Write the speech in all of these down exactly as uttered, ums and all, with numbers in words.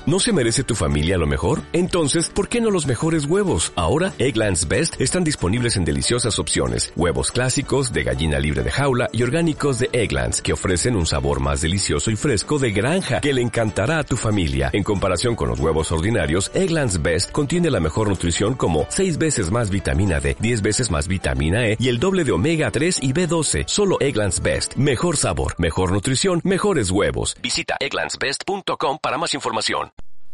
¿No se merece tu familia lo mejor? Entonces, ¿por qué no los mejores huevos? Ahora, Eggland's Best están disponibles en deliciosas opciones. Huevos clásicos, de gallina libre de jaula y orgánicos de Eggland's, que ofrecen un sabor más delicioso y fresco de granja que le encantará a tu familia. En comparación con los huevos ordinarios, Eggland's Best contiene la mejor nutrición como seis veces más vitamina D, diez veces más vitamina E y el doble de omega tres y B doce. Solo Eggland's Best. Mejor sabor, mejor nutrición, mejores huevos. Visita egglands best punto com para más información.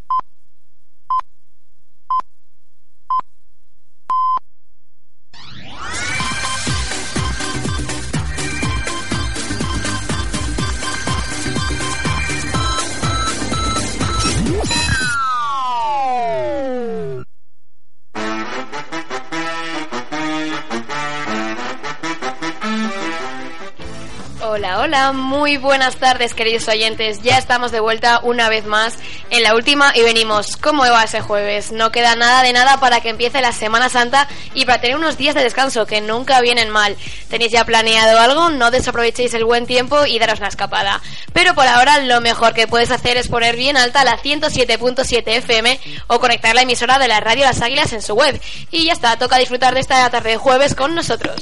Hola, hola, muy buenas tardes, queridos oyentes. Ya estamos de vuelta una vez más en la última y venimos. ¿Cómo va ese jueves? No queda nada de nada para que empiece la Semana Santa y para tener unos días de descanso que nunca vienen mal. ¿Tenéis ya planeado algo? No desaprovechéis el buen tiempo y daros una escapada. Pero por ahora lo mejor que puedes hacer es poner bien alta la ciento siete punto siete F M o conectar la emisora de la radio Las Águilas en su web. Y ya está, toca disfrutar de esta tarde de jueves con nosotros.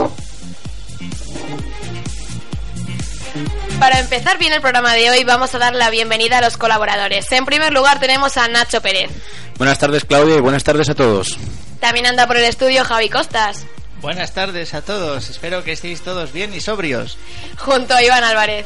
Para empezar bien el programa de hoy vamos a dar la bienvenida a los colaboradores. En primer lugar tenemos a Nacho Pérez. Buenas tardes, Claudia, y buenas tardes a todos. También anda por el estudio Javi Costas. Buenas tardes a todos, espero que estéis todos bien y sobrios. Junto a Iván Álvarez.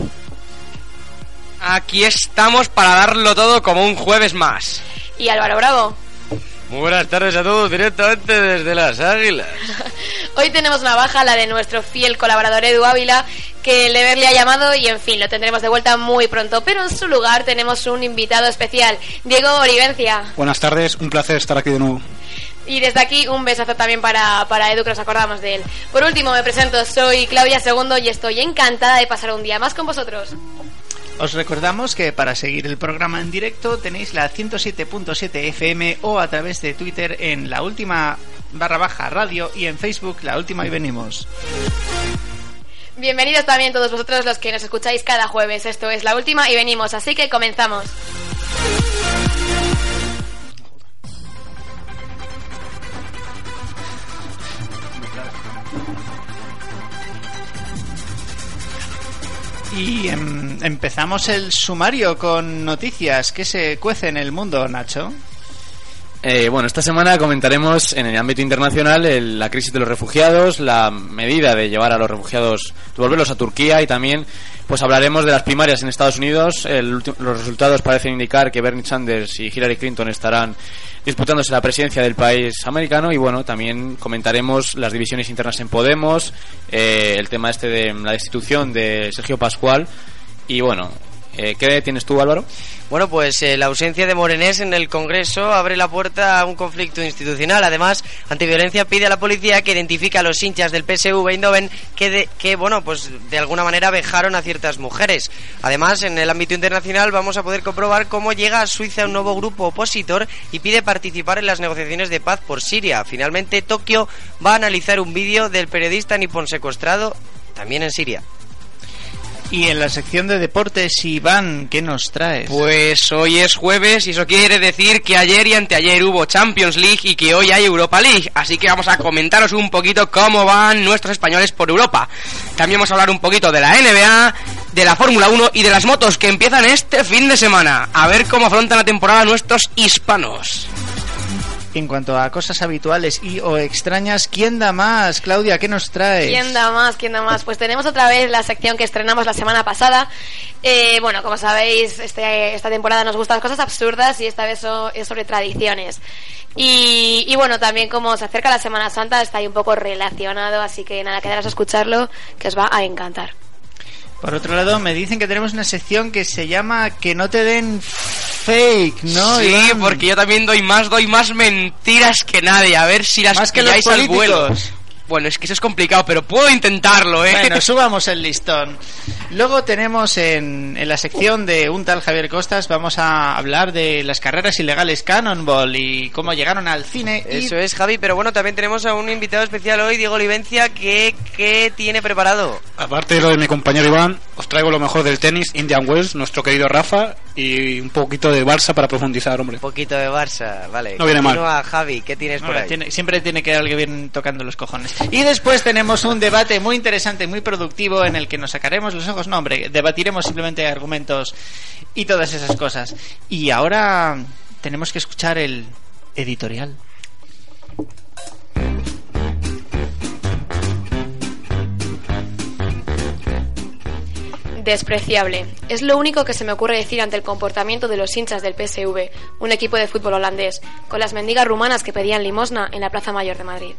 Aquí estamos para darlo todo como un jueves más. Y Álvaro Bravo. Muy buenas tardes a todos, directamente desde Las Águilas. Hoy tenemos una baja, la de nuestro fiel colaborador Edu Ávila, que el deber le ha llamado y en fin, lo tendremos de vuelta muy pronto. Pero en su lugar tenemos un invitado especial, Diego Olivencia. Buenas tardes, un placer estar aquí de nuevo. Y desde aquí un besazo también para, para Edu, que nos acordamos de él. Por último me presento, soy Claudia Segundo y estoy encantada de pasar un día más con vosotros. Os recordamos que para seguir el programa en directo tenéis la ciento siete punto siete F M o a través de Twitter en la última barra baja radio y en Facebook la última y venimos. Bienvenidos también todos vosotros los que nos escucháis cada jueves. Esto es la última y venimos, así que comenzamos. Y em, empezamos el sumario con noticias que se cuece en el mundo, Nacho. Eh, bueno, esta semana comentaremos en el ámbito internacional el, la crisis de los refugiados, la medida de llevar a los refugiados, devolverlos a Turquía, y también pues hablaremos de las primarias en Estados Unidos. El, los resultados parecen indicar que Bernie Sanders y Hillary Clinton estarán disputándose la presidencia del país americano, y bueno, también comentaremos las divisiones internas en Podemos, eh, el tema este de la destitución de Sergio Pascual, y bueno, eh, ¿qué tienes tú, Álvaro? Bueno, pues eh, la ausencia de Morenés en el Congreso abre la puerta a un conflicto institucional. Además, Antiviolencia pide a la policía que identifique a los hinchas del P S V Eindhoven que, de, que bueno, pues de alguna manera vejaron a ciertas mujeres. Además, en el ámbito internacional vamos a poder comprobar cómo llega a Suiza un nuevo grupo opositor y pide participar en las negociaciones de paz por Siria. Finalmente, Tokio va a analizar un vídeo del periodista nipón secuestrado también en Siria. Y en la sección de deportes, Iván, ¿qué nos traes? Pues hoy es jueves y eso quiere decir que ayer y anteayer hubo Champions League y que hoy hay Europa League. Así que vamos a comentaros un poquito cómo van nuestros españoles por Europa. También vamos a hablar un poquito de la N B A, de la Fórmula uno y de las motos que empiezan este fin de semana. A ver cómo afrontan la temporada nuestros hispanos. En cuanto a cosas habituales y o extrañas, ¿quién da más? Claudia, ¿qué nos traes? ¿Quién da más? ¿Quién da más? Pues tenemos otra vez la sección que estrenamos la semana pasada. Eh, bueno, como sabéis, este, esta temporada nos gustan las cosas absurdas y esta vez so, es sobre tradiciones. Y, y bueno, también como se acerca la Semana Santa, está ahí un poco relacionado, así que nada, quedaros a escucharlo, que os va a encantar. Por otro lado, me dicen que tenemos una sección que se llama Que no te den fake, ¿no? Sí, Iván? Porque yo también doy más, doy más mentiras que nadie. A ver si las más que los pilláis al vuelo. políticos. Bueno, es que eso es complicado, pero puedo intentarlo, ¿eh? Bueno, subamos el listón. Luego tenemos en, en la sección de un tal Javier Costas, vamos a hablar de las carreras ilegales Cannonball y cómo llegaron al cine. Y... Eso es, Javi, pero bueno, también tenemos a un invitado especial hoy, Diego Olivencia, que, que tiene preparado. Aparte de lo de mi compañero Iván, os traigo lo mejor del tenis, Indian Wells, nuestro querido Rafa, y un poquito de Barça para profundizar, hombre. Un poquito de Barça, vale. No viene mal. Continúa, Javi, ¿qué tienes por ahí? Tiene, siempre tiene que haber alguien tocando los cojones. Y después tenemos un debate muy interesante, muy productivo, en el que nos sacaremos los ojos. No, hombre, debatiremos simplemente argumentos y todas esas cosas. Y ahora tenemos que escuchar el editorial. Despreciable. Es lo único que se me ocurre decir ante el comportamiento de los hinchas del P S V, un equipo de fútbol holandés, con las mendigas rumanas que pedían limosna en la Plaza Mayor de Madrid.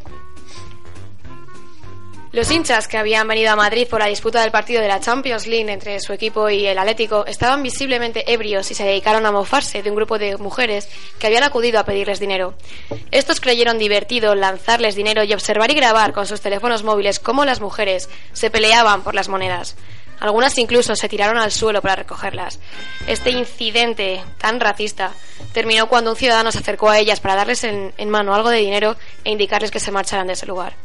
Los hinchas que habían venido a Madrid por la disputa del partido de la Champions League entre su equipo y el Atlético estaban visiblemente ebrios y se dedicaron a mofarse de un grupo de mujeres que habían acudido a pedirles dinero. Estos creyeron divertido lanzarles dinero y observar y grabar con sus teléfonos móviles cómo las mujeres se peleaban por las monedas. Algunas incluso se tiraron al suelo para recogerlas. Este incidente tan racista terminó cuando un ciudadano se acercó a ellas para darles en, en mano algo de dinero e indicarles que se marcharan de ese lugar.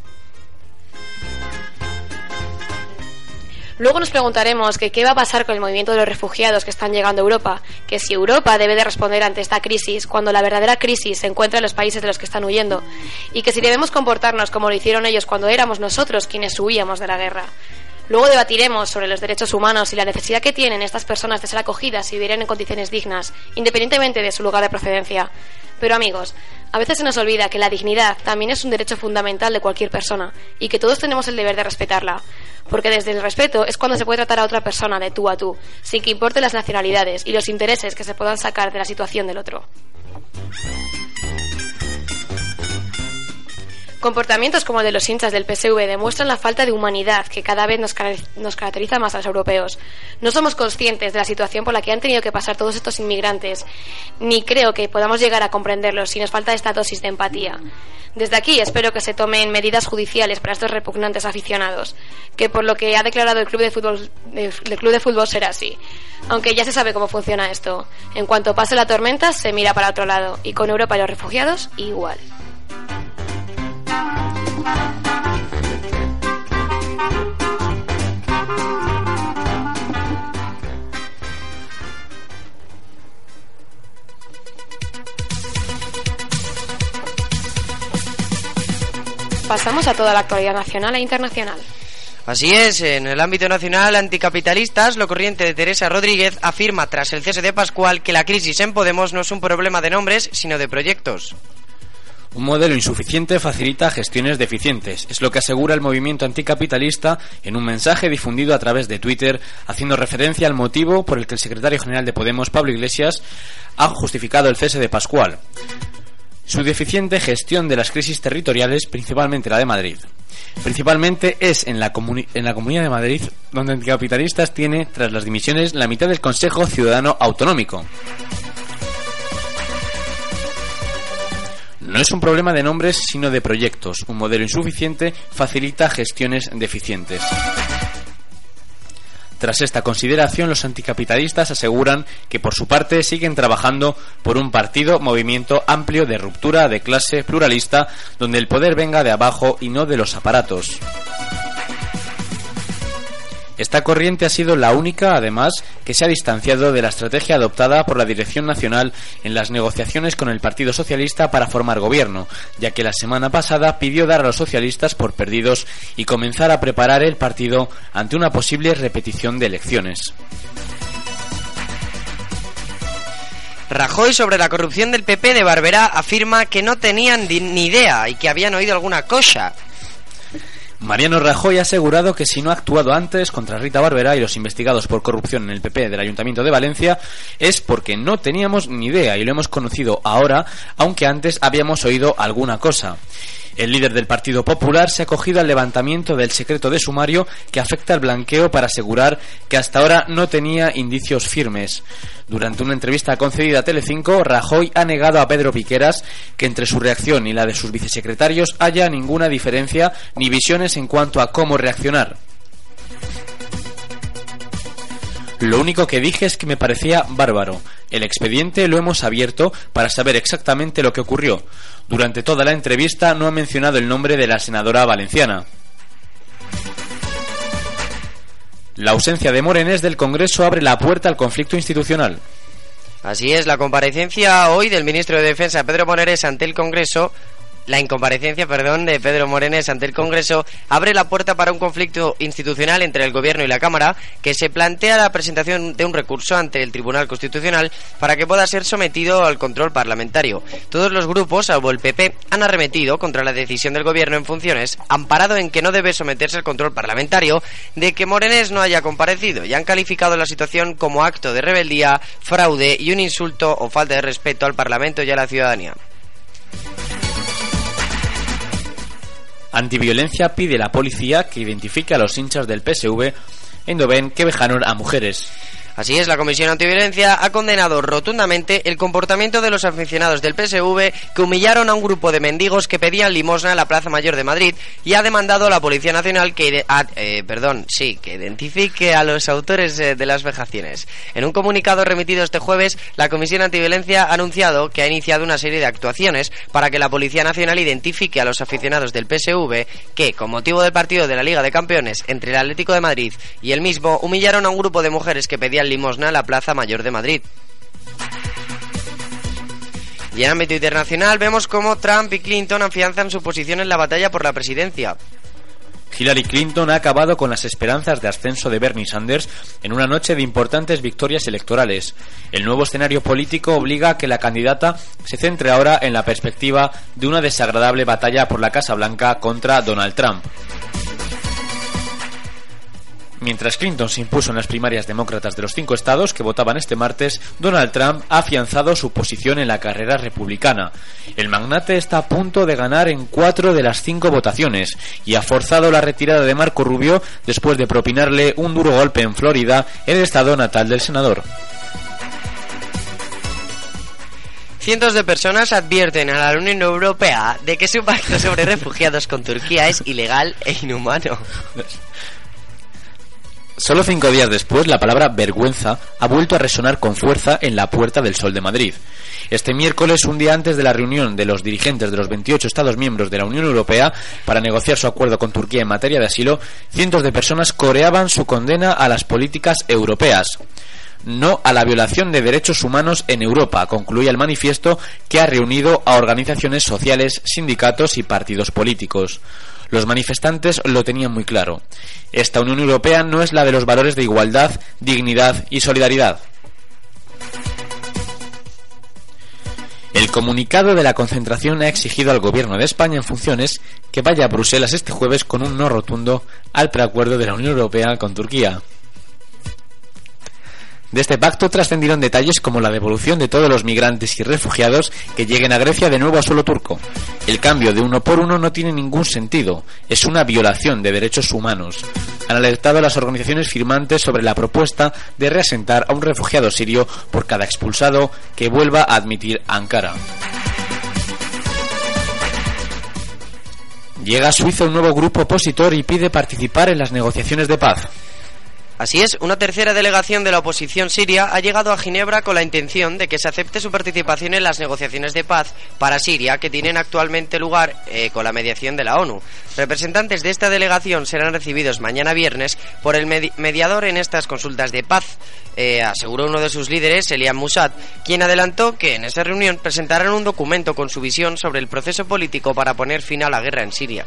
Luego nos preguntaremos que qué va a pasar con el movimiento de los refugiados que están llegando a Europa, que si Europa debe de responder ante esta crisis cuando la verdadera crisis se encuentra en los países de los que están huyendo, y que si debemos comportarnos como lo hicieron ellos cuando éramos nosotros quienes huíamos de la guerra. Luego debatiremos sobre los derechos humanos y la necesidad que tienen estas personas de ser acogidas y vivir en condiciones dignas, independientemente de su lugar de procedencia. Pero amigos, a veces se nos olvida que la dignidad también es un derecho fundamental de cualquier persona y que todos tenemos el deber de respetarla. Porque desde el respeto es cuando se puede tratar a otra persona de tú a tú, sin que importen las nacionalidades y los intereses que se puedan sacar de la situación del otro. Comportamientos como el de los hinchas del P S V demuestran la falta de humanidad que cada vez nos, car- nos caracteriza más a los europeos. No somos conscientes de la situación por la que han tenido que pasar todos estos inmigrantes, ni creo que podamos llegar a comprenderlos si nos falta esta dosis de empatía. Desde aquí espero que se tomen medidas judiciales para estos repugnantes aficionados, que por lo que ha declarado el club de fútbol, el club de fútbol será así. Aunque ya se sabe cómo funciona esto. En cuanto pase la tormenta se mira para otro lado, y con Europa y los refugiados igual. Pasamos a toda la actualidad nacional e internacional. Así es, en el ámbito nacional, anticapitalistas, lo corriente de Teresa Rodríguez afirma tras el cese de Pascual que la crisis en Podemos no es un problema de nombres, sino de proyectos. Un modelo insuficiente facilita gestiones deficientes, es lo que asegura el movimiento anticapitalista en un mensaje difundido a través de Twitter, haciendo referencia al motivo por el que el secretario general de Podemos, Pablo Iglesias, ha justificado el cese de Pascual. Su deficiente gestión de las crisis territoriales, principalmente la de Madrid. Principalmente es en la, comuni- en la Comunidad de Madrid donde Anticapitalistas tiene, tras las dimisiones, la mitad del Consejo Ciudadano Autonómico. No es un problema de nombres, sino de proyectos. Un modelo insuficiente facilita gestiones deficientes. Tras esta consideración, los anticapitalistas aseguran que por su parte siguen trabajando por un partido, movimiento amplio de ruptura de clase pluralista, donde el poder venga de abajo y no de los aparatos. Esta corriente ha sido la única, además, que se ha distanciado de la estrategia adoptada por la Dirección Nacional en las negociaciones con el Partido Socialista para formar gobierno, ya que la semana pasada pidió dar a los socialistas por perdidos y comenzar a preparar el partido ante una posible repetición de elecciones. Rajoy, sobre la corrupción del P P de Barberá, afirma que no tenían ni idea y que habían oído alguna cosa. Mariano Rajoy ha asegurado que si no ha actuado antes contra Rita Barberá y los investigados por corrupción en el P P del Ayuntamiento de Valencia es porque no teníamos ni idea y lo hemos conocido ahora, aunque antes habíamos oído alguna cosa. El líder del Partido Popular se ha acogido al levantamiento del secreto de sumario que afecta al blanqueo para asegurar que hasta ahora no tenía indicios firmes. Durante una entrevista concedida a Telecinco, Rajoy ha negado a Pedro Piqueras que entre su reacción y la de sus vicesecretarios haya ninguna diferencia ni visiones en cuanto a cómo reaccionar. Lo único que dije es que me parecía bárbaro. El expediente lo hemos abierto para saber exactamente lo que ocurrió. Durante toda la entrevista no ha mencionado el nombre de la senadora valenciana. La ausencia de Morenés del Congreso abre la puerta al conflicto institucional. Así es, la comparecencia hoy del ministro de Defensa, Pedro Morenés, ante el Congreso... La incomparecencia, perdón, de Pedro Morenés ante el Congreso abre la puerta para un conflicto institucional entre el Gobierno y la Cámara, que se plantea la presentación de un recurso ante el Tribunal Constitucional para que pueda ser sometido al control parlamentario. Todos los grupos, salvo el P P, han arremetido contra la decisión del Gobierno en funciones, amparado en que no debe someterse al control parlamentario, de que Morenés no haya comparecido, y han calificado la situación como acto de rebeldía, fraude y un insulto o falta de respeto al Parlamento y a la ciudadanía. Antiviolencia pide a la policía que identifique a los hinchas del P S V en Dobén que vejaron a mujeres. Así es, la Comisión Antiviolencia ha condenado rotundamente el comportamiento de los aficionados del P S V que humillaron a un grupo de mendigos que pedían limosna en la Plaza Mayor de Madrid y ha demandado a la Policía Nacional que, a, eh, perdón, sí, que identifique a los autores eh, de las vejaciones. En un comunicado remitido este jueves, la Comisión Antiviolencia ha anunciado que ha iniciado una serie de actuaciones para que la Policía Nacional identifique a los aficionados del P S V que, con motivo del partido de la Liga de Campeones entre el Atlético de Madrid y el mismo, humillaron a un grupo de mujeres que pedían limosna en la Plaza Mayor de Madrid. Y en ámbito internacional vemos cómo Trump y Clinton afianzan su posición en la batalla por la presidencia. Hillary Clinton ha acabado con las esperanzas de ascenso de Bernie Sanders en una noche de importantes victorias electorales. El nuevo escenario político obliga a que la candidata se centre ahora en la perspectiva de una desagradable batalla por la Casa Blanca contra Donald Trump. Mientras Clinton se impuso en las primarias demócratas de los cinco estados que votaban este martes, Donald Trump ha afianzado su posición en la carrera republicana. El magnate está a punto de ganar en cuatro de las cinco votaciones y ha forzado la retirada de Marco Rubio después de propinarle un duro golpe en Florida, el estado natal del senador. Cientos de personas advierten a la Unión Europea de que su pacto sobre refugiados con Turquía es ilegal e inhumano. Solo cinco días después, la palabra vergüenza ha vuelto a resonar con fuerza en la Puerta del Sol de Madrid. Este miércoles, un día antes de la reunión de los dirigentes de los veintiocho Estados miembros de la Unión Europea para negociar su acuerdo con Turquía en materia de asilo, cientos de personas coreaban su condena a las políticas europeas. No a la violación de derechos humanos en Europa, concluye el manifiesto que ha reunido a organizaciones sociales, sindicatos y partidos políticos. Los manifestantes lo tenían muy claro. Esta Unión Europea no es la de los valores de igualdad, dignidad y solidaridad. El comunicado de la concentración ha exigido al Gobierno de España en funciones que vaya a Bruselas este jueves con un no rotundo al preacuerdo de la Unión Europea con Turquía. De este pacto trascendieron detalles como la devolución de todos los migrantes y refugiados que lleguen a Grecia de nuevo a suelo turco. El cambio de uno por uno no tiene ningún sentido, es una violación de derechos humanos. Han alertado a las organizaciones firmantes sobre la propuesta de reasentar a un refugiado sirio por cada expulsado que vuelva a admitir Ankara. Llega a Suiza un nuevo grupo opositor y pide participar en las negociaciones de paz. Así es, una tercera delegación de la oposición siria ha llegado a Ginebra con la intención de que se acepte su participación en las negociaciones de paz para Siria que tienen actualmente lugar eh, con la mediación de la ONU. Representantes de esta delegación serán recibidos mañana viernes por el medi- mediador en estas consultas de paz, eh, aseguró uno de sus líderes, Elian Musad, quien adelantó que en esa reunión presentarán un documento con su visión sobre el proceso político para poner fin a la guerra en Siria.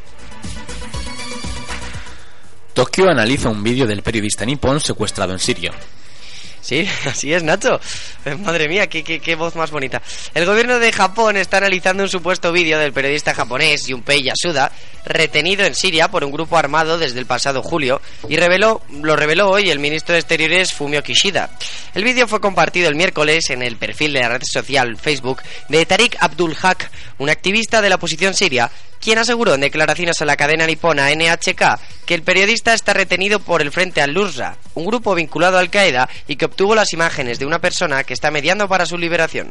Tokio analiza un vídeo del periodista nipón secuestrado en Siria. Sí, así es, Nacho. Madre mía, qué, qué, qué voz más bonita. El gobierno de Japón está analizando un supuesto vídeo del periodista japonés Junpei Yasuda, retenido en Siria por un grupo armado desde el pasado julio, y reveló, lo reveló hoy el ministro de Exteriores Fumio Kishida. El vídeo fue compartido el miércoles en el perfil de la red social Facebook de Tariq Abdul Haq, un activista de la oposición siria, quien aseguró en declaraciones a la cadena nipona N H K que el periodista está retenido por el Frente al-Nusra, un grupo vinculado a Al-Qaeda y que obtuvo las imágenes de una persona que está mediando para su liberación.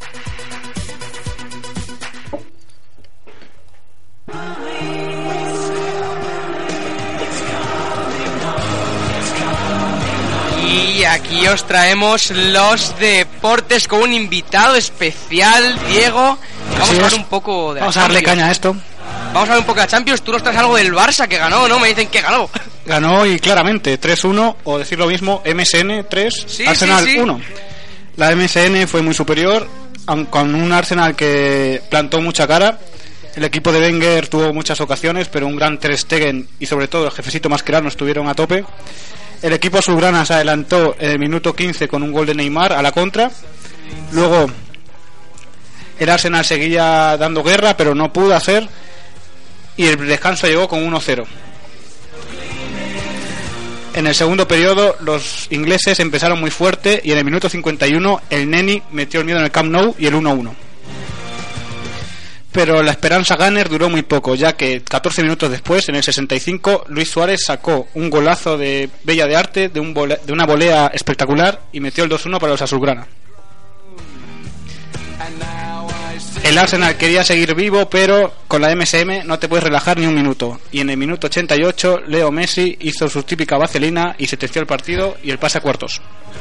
Y aquí os traemos los deportes con un invitado especial, Diego. Vamos a hablar un poco de la Vamos a darle Champions. caña a esto. Vamos a hablar un poco de la Champions. Tú nos traes algo del Barça que ganó, ¿no? Me dicen que ganó. ganó y claramente tres uno, o decir lo mismo, M S N tres, sí, Arsenal sí, sí. uno. La M S N fue muy superior, aun con un Arsenal que plantó mucha cara. El equipo de Wenger tuvo muchas ocasiones, pero un gran Ter Stegen y sobre todo el jefecito Mascherano estuvieron a tope. El equipo azulgrana se adelantó en el minuto quince con un gol de Neymar a la contra. Luego el Arsenal seguía dando guerra, pero no pudo hacer, y el descanso llegó con uno cero. En el segundo periodo los ingleses empezaron muy fuerte y en el minuto cincuenta y uno el Neni metió el miedo en el Camp Nou y el uno uno. Pero la esperanza Gunner duró muy poco, ya que catorce minutos después, en el sesenta y cinco, Luis Suárez sacó un golazo de bella de arte, de, un vole- de una volea espectacular, y metió el dos uno para los azulgrana. El Arsenal quería seguir vivo, pero con la M S M no te puedes relajar ni un minuto. Y en el minuto ochenta y ocho, Leo Messi hizo su típica vaselina y sentenció el partido y el pase a cuartos.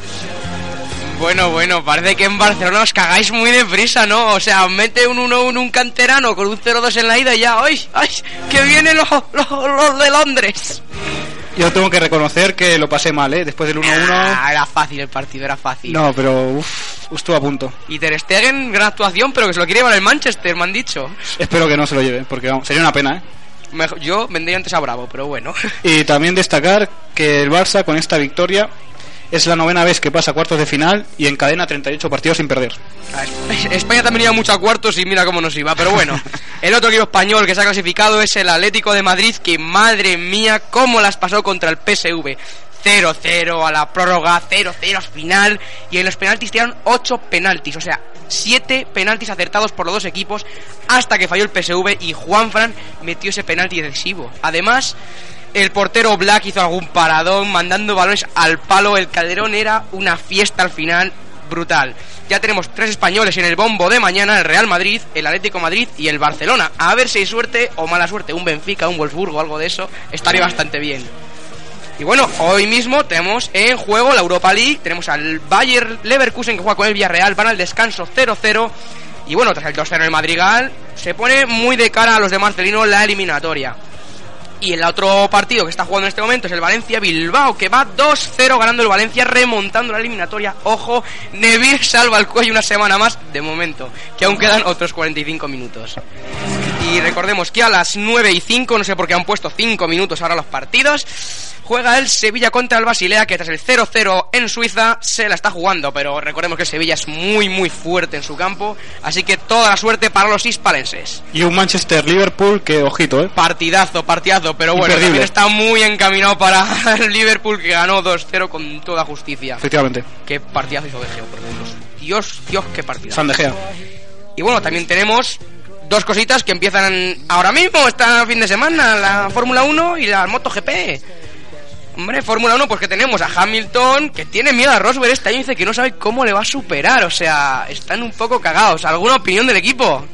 Bueno, bueno, parece que en Barcelona os cagáis muy deprisa, ¿no? O sea, mete un uno uno un canterano con un cero dos en la ida y ya, ¡ay, ay! ¡Que vienen los, los, los de Londres! Yo tengo que reconocer que lo pasé mal, ¿eh? Después del uno uno... Ah, era fácil el partido, era fácil. No, pero uff, estuvo a punto. Y Ter Stegen, gran actuación, pero que se lo quiere llevar el Manchester, me han dicho. Espero que no se lo lleve, porque vamos, sería una pena, ¿eh? Mejor, yo vendría antes a Bravo, pero bueno. Y también destacar que el Barça con esta victoria es la novena vez que pasa a cuartos de final y encadena treinta y ocho partidos sin perder. España también iba mucho a cuartos y mira cómo nos iba, pero bueno. El otro equipo español que se ha clasificado es el Atlético de Madrid, que madre mía, cómo las pasó contra el P S V. cero cero a la prórroga, cero cero al final, y en los penaltis tiraron ocho penaltis, o sea, siete penaltis acertados por los dos equipos hasta que falló el P S V y Juanfran metió ese penalti decisivo. Además, el portero Black hizo algún paradón mandando balones al palo. El Calderón era una fiesta al final brutal. Ya tenemos tres españoles en el bombo de mañana: el Real Madrid, el Atlético de Madrid y el Barcelona. A ver si hay suerte o mala suerte, un Benfica, un Wolfsburgo, algo de eso estaría bastante bien. Y bueno, hoy mismo tenemos en juego la Europa League. Tenemos al Bayer Leverkusen que juega con el Villarreal, van al descanso cero cero. Y bueno, tras el dos cero en el Madrigal, se pone muy de cara a los de Marcelino la eliminatoria. Y el otro partido que está jugando en este momento es el Valencia-Bilbao, que va dos cero ganando el Valencia, remontando la eliminatoria. Ojo, Neville salva el cuello una semana más, de momento, que aún quedan otros cuarenta y cinco minutos. Y recordemos que a las nueve y cinco, no sé por qué han puesto cinco minutos ahora los partidos, juega el Sevilla contra el Basilea, que tras el cero cero en Suiza se la está jugando, pero recordemos que el Sevilla es muy muy fuerte en su campo, así que toda la suerte para los hispalenses. Y un Manchester-Liverpool que, ojito, ¿eh? Partidazo, partidazo, pero bueno, Imperdible. también está muy encaminado para el Liverpool, que ganó dos cero con toda justicia. Efectivamente. Qué partidazo hizo De Gea, por Dios. Dios, Dios, qué partidazo. San De Gea. Y bueno, también tenemos dos cositas que empiezan ahora mismo, este fin de semana, la Fórmula uno y la MotoGP. Hombre, Fórmula uno, pues que tenemos a Hamilton, que tiene miedo a Rosberg este año y dice que no sabe cómo le va a superar. O sea, están un poco cagados. ¿Alguna opinión del equipo?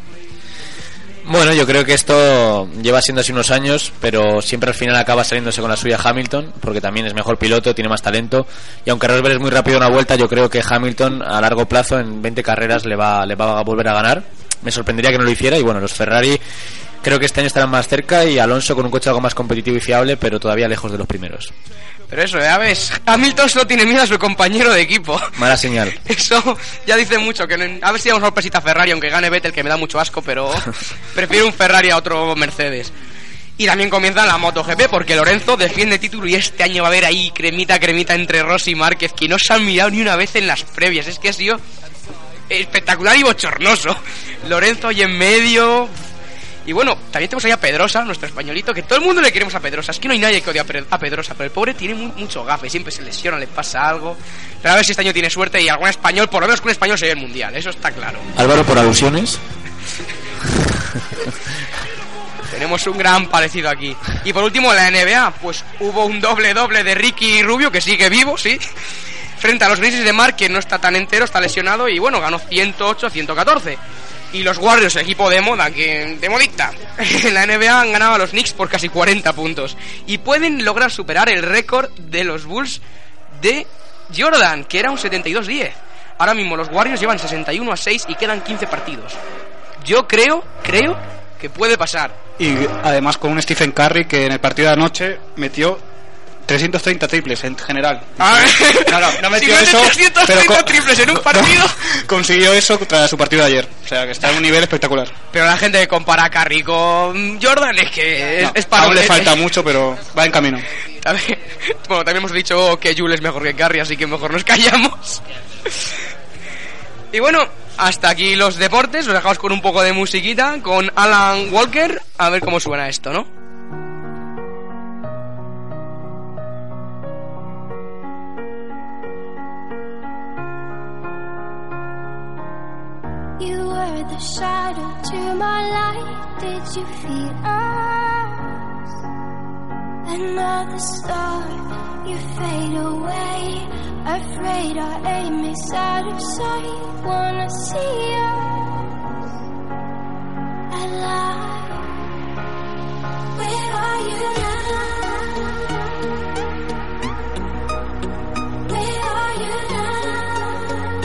Bueno, yo creo que esto lleva siendo así unos años, pero siempre al final acaba saliéndose con la suya Hamilton, porque también es mejor piloto, tiene más talento, y aunque Rosberg es muy rápido en una vuelta, yo creo que Hamilton a largo plazo, en veinte carreras, le va, le va a volver a ganar. Me sorprendería que no lo hiciera, y bueno, los Ferrari creo que este año estarán más cerca, y Alonso con un coche algo más competitivo y fiable, pero todavía lejos de los primeros. Pero eso, ya ves, Hamilton solo tiene miedo a su compañero de equipo. Mala señal. Eso ya dice mucho, que no, a ver si damos sorpresita a Ferrari, aunque gane Vettel, que me da mucho asco, pero prefiero un Ferrari a otro Mercedes. Y también comienza la MotoGP, porque Lorenzo defiende título y este año va a haber ahí cremita, cremita entre Rossi y Márquez, que no se han mirado ni una vez en las previas. Es que ha sido espectacular y bochornoso. Lorenzo ahí en medio. Y bueno, también tenemos ahí a Pedrosa, nuestro españolito, que todo el mundo le queremos a Pedrosa. Es que no hay nadie que odie a Pedrosa, pero el pobre tiene muy, mucho gafe, siempre se lesiona, le pasa algo. Pero a ver si este año tiene suerte y algún español, por lo menos que un español se lleve el mundial, eso está claro. Álvaro, por alusiones. Tenemos un gran parecido aquí. Y por último, la N B A, pues hubo un doble doble de Ricky Rubio, que sigue vivo, sí, frente a los Grizzlies de Mark, que no está tan entero, está lesionado, y bueno, ganó ciento ocho a ciento catorce. Y los Warriors, el equipo de moda, que de modicta, en la N B A han ganado a los Knicks por casi cuarenta puntos. Y pueden lograr superar el récord de los Bulls de Jordan, que era un setenta y dos diez. Ahora mismo los Warriors llevan sesenta y uno a seis y quedan quince partidos. Yo creo, creo que puede pasar. Y además con un Stephen Curry que en el partido de anoche metió trescientos treinta triples en general. Ah, no, no, no metió si eso, trescientos treinta pero triples en un partido. No, consiguió eso tras su partido de ayer. O sea, que está en un nivel espectacular. Pero la gente que compara a Curry con Jordan es que no, es, es para aún le falta mucho, pero va en camino. También, bueno, también hemos dicho que Jules es mejor que Curry, así que mejor nos callamos. Y bueno, hasta aquí los deportes. Nos dejamos con un poco de musiquita, con Alan Walker. A ver cómo suena esto, ¿no? You were the shadow to my light. Did you feel us? Another star, you fade away. Afraid our aim is out of sight. Wanna see us alive. Where are you now? Where are you now?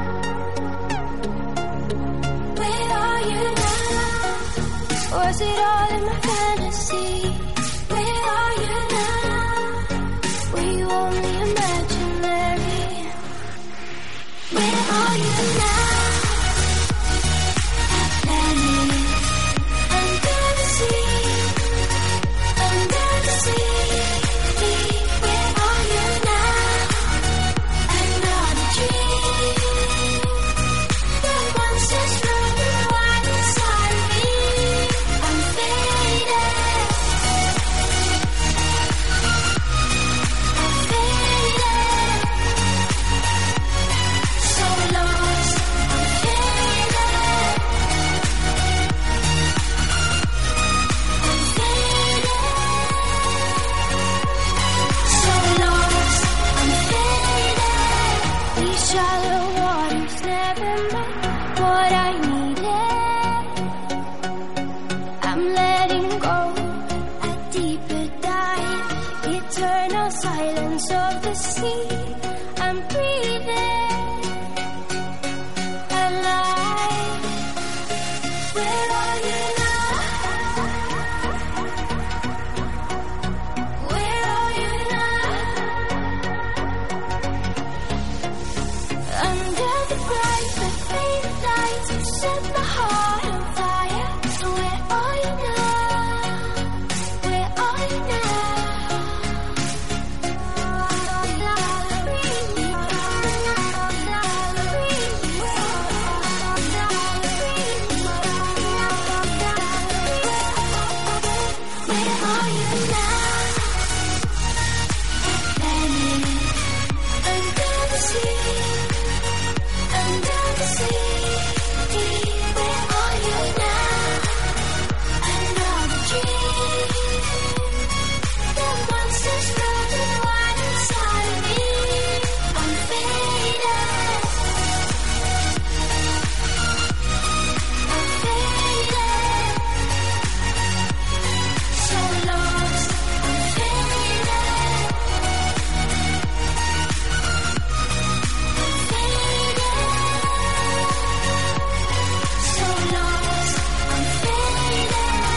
Where are you now? Was it all in my fantasy? Where are you now? Were you only imaginary? Where are you now? Under the sea, under the sea. Where are you now? Another dream. The monsters running wild inside of me. I'm faded. I'm faded. So lost. I'm faded. I'm faded. So lost. I'm faded. These shallow waters never meant what I needed. I'm letting go a deeper dive. Eternal silence of the sea. I'm breathing alive. Where are you now? Where are you now? Under the bright but faded lights, you set my heart on fire. So where are you now? Where are you Where are you now? Under the sea, under the sea. Where are you now? Another dream. The monsters running wild inside of me. I'm faded. I'm faded. So lost. I'm faded. I'm faded. So lost. I'm faded.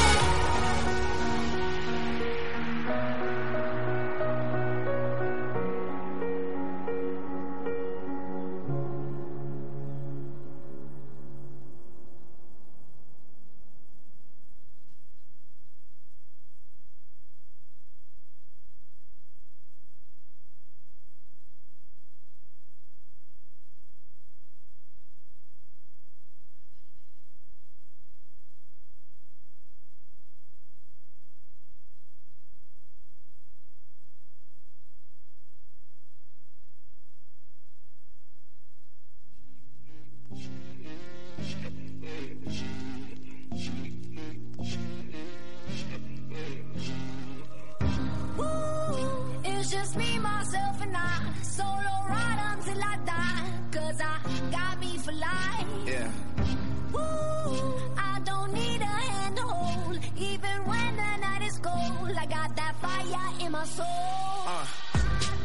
It's just me, myself, and I. Solo ride until I die. Cause I got me for life. Yeah. Ooh, I don't need a hand to hold. Even when the night is cold, I got that fire in my soul. Uh.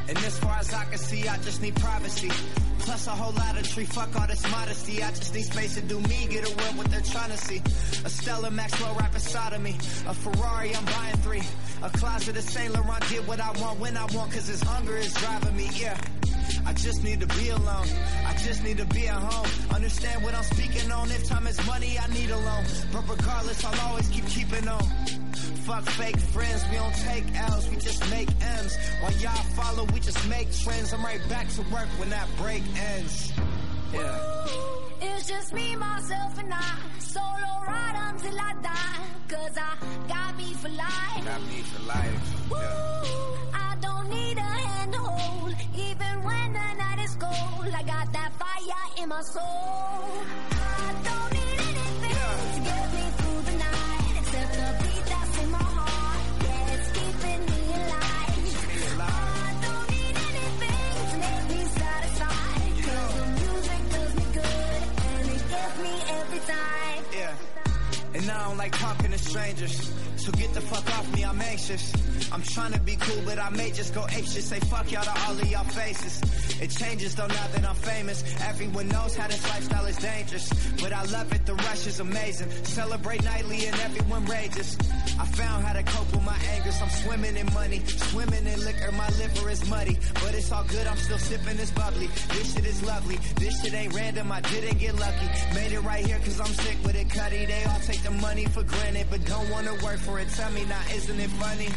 And as far as I can see, I just need privacy. Plus a whole lot of tree, fuck all this modesty. I just need space to do me, get away what they're trying to see. A Stella Maxwell right beside of me. A Ferrari, I'm buying three. A closet of Saint Laurent, get what I want when I want, cause this hunger is driving me, yeah. I just need to be alone. I just need to be at home. Understand what I'm speaking on. If time is money, I need a loan. But regardless, I'll always keep keeping on. Fuck fake friends, we don't take L's, we just make M's. While y'all follow, we just make trends. I'm right back to work when that break ends. Yeah. It's just me, myself, and I. Solo ride until I die. Cause I got me for life. Got me for life. Yeah. I don't need a hand to hold. Even when the night is cold, I got that fire in my soul. I don't need anything yeah. to get me through the night. Except the beat that's in my heart. Yeah, it's keeping me alive. Me alive. I don't need anything to make me satisfied. You Cause know. the music does me good. And it gets me every time. Yeah. And I don't like talking to strangers. So get the fuck off me, I'm anxious. I'm trying to be cool, but I may just go apeshit. Say fuck y'all to all of y'all faces. It changes though now that I'm famous. Everyone knows how this lifestyle is dangerous. But I love it, the rush is amazing. Celebrate nightly and everyone rages. I found how to cope with my angers. I'm swimming in money, swimming in liquor. My liver is muddy, but it's all good, I'm still sipping this bubbly. This shit is lovely, this shit ain't random. I didn't get lucky, made it right here cause I'm sick with it, cutty. They all take the money for granted, but don't wanna work for it. Tell me now, isn't it funny?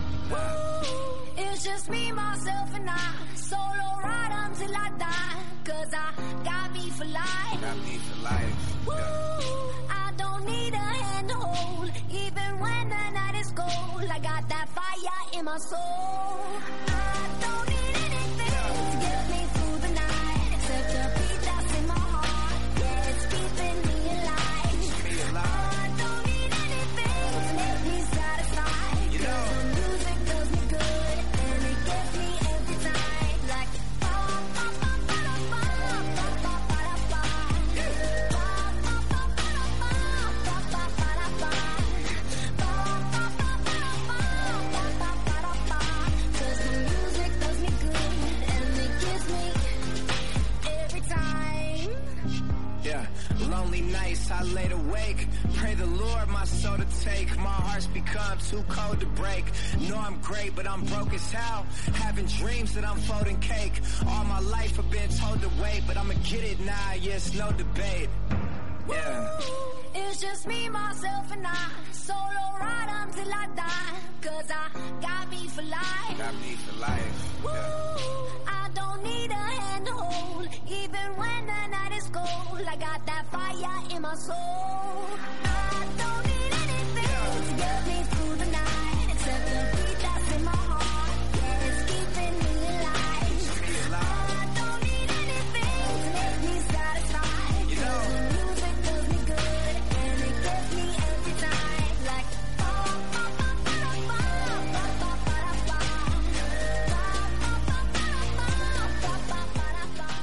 It's just me, myself, and I. Solo ride until I die. Cause I got me for life. Got me for life. Yeah. I don't need a hand to hold. Even when the night is cold, I got that fire in my soul. I don't need anything yeah. to get me through the night. Except the beat that's in my heart. Yeah, it's keeping me alive. Me alive. I don't need anything to make me satisfied. You know. The music does me good. And it gets me every time. Like, ba ba ba ba ba ba ba ba ba. Ba ba ba ba ba ba ba ba ba. Ba ba ba ba ba ba ba ba. Cause the music does me good. And it gives me every time. Yeah, lonely nights I laid awake. Pray the Lord my soul to take. My heart's become too cold to break. Know I'm great, but I'm broke as hell. Having dreams that I'm folding cake. All my life I've been told to wait, but I'ma get it now, yes, no debate. Yeah. It's just me, myself, and I. Solo ride until I die. Cause I got me for life. Got me for life. Yeah. I don't need a hand to hold. Even when the night is cold, I got that fire in my soul. I don't need anything Yeah. to get me through the night. Except the beat that's in my heart. Yeah, it's keeping me alive. Me alive. I don't need anything to make me satisfied. You know. The music does me good. And it gets me every time. Like, ba ba ba ba ba ba ba ba ba ba. Ba ba ba ba ba ba ba ba ba.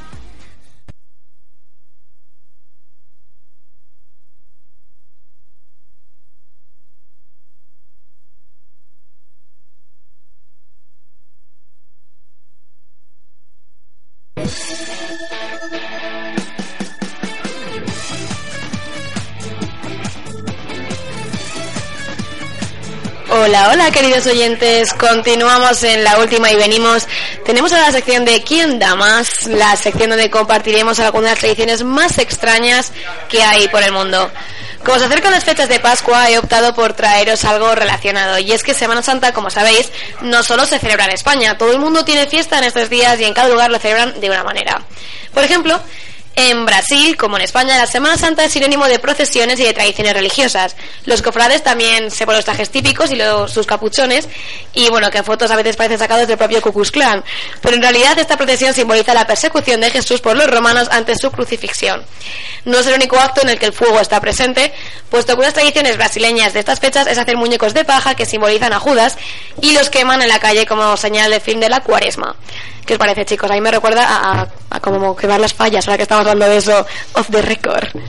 Hola, hola queridos oyentes, continuamos en la última y venimos. Tenemos ahora la sección de ¿Quién da más? La sección donde compartiremos algunas de las tradiciones más extrañas que hay por el mundo. Como se acercan las fechas de Pascua, he optado por traeros algo relacionado. Y es que Semana Santa, como sabéis, no solo se celebra en España. Todo el mundo tiene fiesta en estos días y en cada lugar lo celebran de una manera. Por ejemplo, en Brasil, como en España, la Semana Santa es sinónimo de procesiones y de tradiciones religiosas. Los cofrades también se ponen los trajes típicos y los, sus capuchones, y bueno, que en fotos a veces parecen sacados del propio Ku Klux Klan. Pero en realidad esta procesión simboliza la persecución de Jesús por los romanos ante su crucifixión. No es el único acto en el que el fuego está presente, puesto que unas tradiciones brasileñas de estas fechas es hacer muñecos de paja que simbolizan a Judas y los queman en la calle como señal de fin de la cuaresma. ¿Qué os parece, chicos? A mí me recuerda a, a, a como quemar las fallas, ahora que estamos hablando de eso off the record.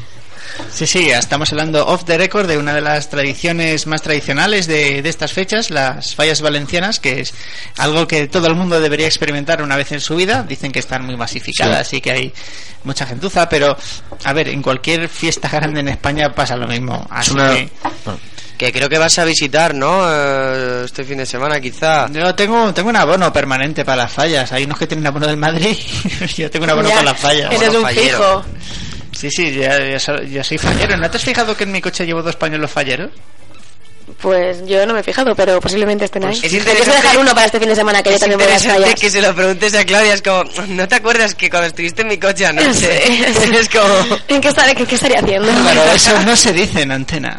Sí, sí, estamos hablando off the record de una de las tradiciones más tradicionales de, de estas fechas, las fallas valencianas, que es algo que todo el mundo debería experimentar una vez en su vida. Dicen que están muy masificadas, sí, y que hay mucha gentuza, pero a ver, en cualquier fiesta grande en España pasa lo mismo. Así una... que... que creo que vas a visitar, ¿no? Eh, este fin de semana, quizá. Yo tengo tengo un abono permanente para las fallas. Hay unos que tienen abono del Madrid. Yo tengo un abono ya, para las fallas. Eres un fijo. Sí, sí, ya, ya, soy, ya soy fallero. ¿No te has fijado que en mi coche llevo dos pañuelos falleros? Pues yo no me he fijado, pero posiblemente estén ahí. Pues es interesante. Yo voy a dejar uno para este fin de semana, que yo también voy a las fallas. Que se lo preguntes a Claudia, es como, ¿no te acuerdas que cuando estuviste en mi coche anoche? Sí. Es como... ¿En qué, estaré, qué, qué estaría haciendo? Claro, eso no se dice en antena.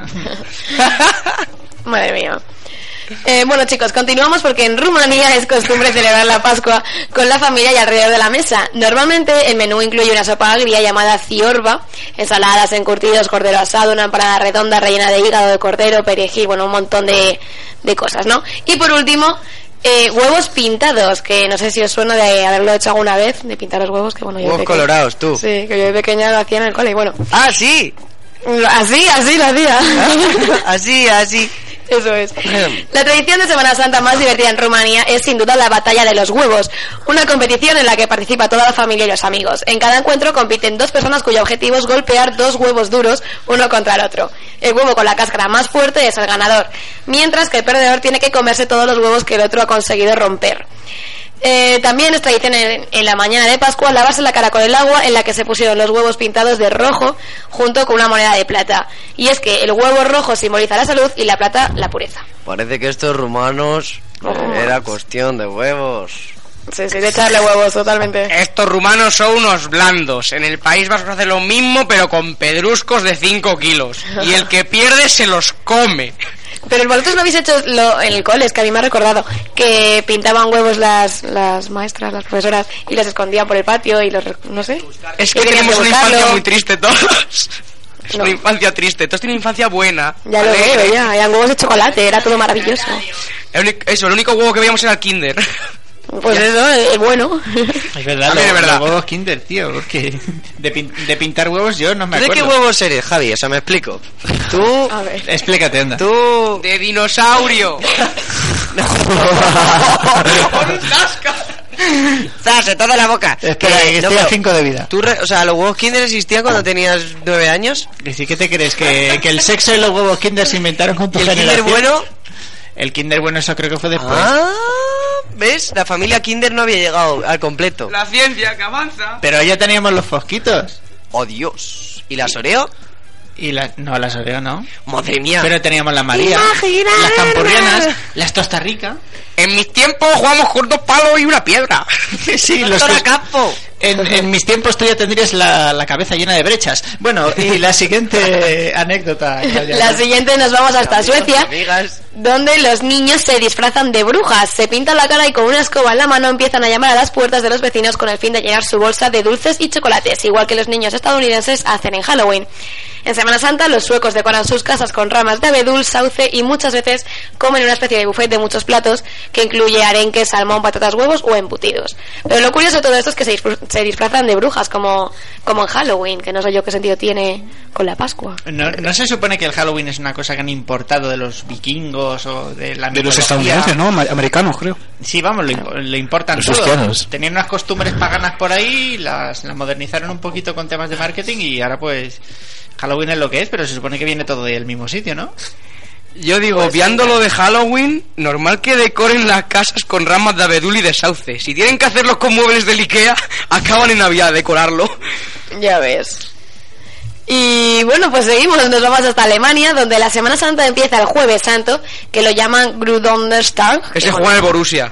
Madre mía. Eh, bueno, chicos, continuamos porque en Rumanía es costumbre celebrar la Pascua con la familia y alrededor de la mesa. Normalmente el menú incluye una sopa agria llamada ciorba, ensaladas, encurtidos, cordero asado, una empanada redonda rellena de hígado de cordero, perejil, bueno, un montón de, de cosas, ¿no? Y por último, eh, huevos pintados, que no sé si os suena de haberlo hecho alguna vez, de pintar los huevos, que bueno, yo huevos pequeña, colorados, tú. Sí, que yo de pequeña lo hacía en el cole y bueno. ¡Ah, sí! Así, así lo hacía. Así, así. Eso es. La tradición de Semana Santa más divertida en Rumanía es sin duda la batalla de los huevos, una competición en la que participa toda la familia y los amigos. En cada encuentro compiten dos personas cuyo objetivo es golpear dos huevos duros uno contra el otro. El huevo con la cáscara más fuerte es el ganador, mientras que el perdedor tiene que comerse todos los huevos que el otro ha conseguido romper. Eh, también es tradición en, en la mañana de Pascua lavarse la cara con el agua en la que se pusieron los huevos pintados de rojo junto con una moneda de plata. Y es que el huevo rojo simboliza la salud y la plata la pureza. Parece que estos rumanos Oh. era cuestión de huevos. Sí, sí, de echarle huevos totalmente. Estos rumanos son unos blandos. En el País Vasco hace lo mismo, pero con pedruscos de cinco kilos. Y el que pierde se los come. Pero vosotros no habéis hecho lo, en el cole, es que a mí me ha recordado que pintaban huevos las, las maestras, las profesoras, y los escondían por el patio y los, no sé. Es que y tenían tenemos una buscarlo. infancia muy triste todos. Es No. una infancia triste. Todos tienen infancia buena. Ya lo alegre. veo, ya, eran huevos de chocolate, era todo maravilloso. El único- Eso, el único huevo que veíamos era el Kinder. Pues eso, es bueno. Es verdad, También lo- es verdad. los huevos Kinder, tío, porque de, pin- de pintar huevos yo no me ¿De acuerdo. qué huevos eres, Javi? O sea, me explico. Tú... A ver. Explícate, anda. Tú... De dinosaurio. Con un casca. ¡Zas! ¡En toda la boca! Espera, que no, estoy a pero cinco de vida. tú re- o sea, ¿los huevos Kinder existían cuando tenías nueve años? ¿Y si qué te crees? ¿Que, que el sexo y los huevos Kinder se inventaron con tu ¿Y el Kinder generación? bueno? El Kinder bueno eso creo que fue después. Ah, ¿ves? La familia Kinder no había llegado al completo. La ciencia que avanza. Pero ya teníamos los fosquitos. ¡Oh, Dios! ¿Y las Oreo? Y la, no, las Oreo no. ¡Madre mía! Pero teníamos la María, Imagina- las campurrianas, las Tosta Rica. En mis tiempos jugamos con dos palos y una piedra. Sí, los ¡Doctora que- Campo! En, en mis tiempos tú ya tendrías la, la cabeza llena de brechas. Bueno, y la siguiente anécdota, Claudia. La siguiente nos vamos hasta Suecia, Amigas. donde los niños se disfrazan de brujas, se pintan la cara y con una escoba en la mano empiezan a llamar a las puertas de los vecinos con el fin de llenar su bolsa de dulces y chocolates, igual que los niños estadounidenses hacen en Halloween. En Semana Santa los suecos decoran sus casas con ramas de abedul, sauce y muchas veces comen una especie de buffet de muchos platos que incluye arenque, salmón, patatas, huevos o embutidos. Pero lo curioso de todo esto es que se, disfr- se disfrazan de brujas como, como en Halloween, que no sé yo qué sentido tiene con la Pascua. No, ¿No se supone que el Halloween es una cosa que han importado de los vikingos o de la De los mitología? estadounidenses, ¿no? Ma- Americanos, creo. Sí, vamos, le, imp- le importan Los todo. cristianos. Tenían unas costumbres paganas por ahí, las, las modernizaron un poquito con temas de marketing y ahora pues Halloween es lo que es, pero se supone que viene todo del mismo sitio, ¿no? Yo digo, obviando lo de Halloween, normal que decoren las casas con ramas de abedul y de sauce. Si tienen que hacerlo con muebles del Ikea, acaban en Navidad decorarlo. Ya ves. Y bueno, pues seguimos, nos vamos hasta Alemania, donde la Semana Santa empieza el Jueves Santo, que lo llaman Gründonnerstag. Que se juega en el Borussia.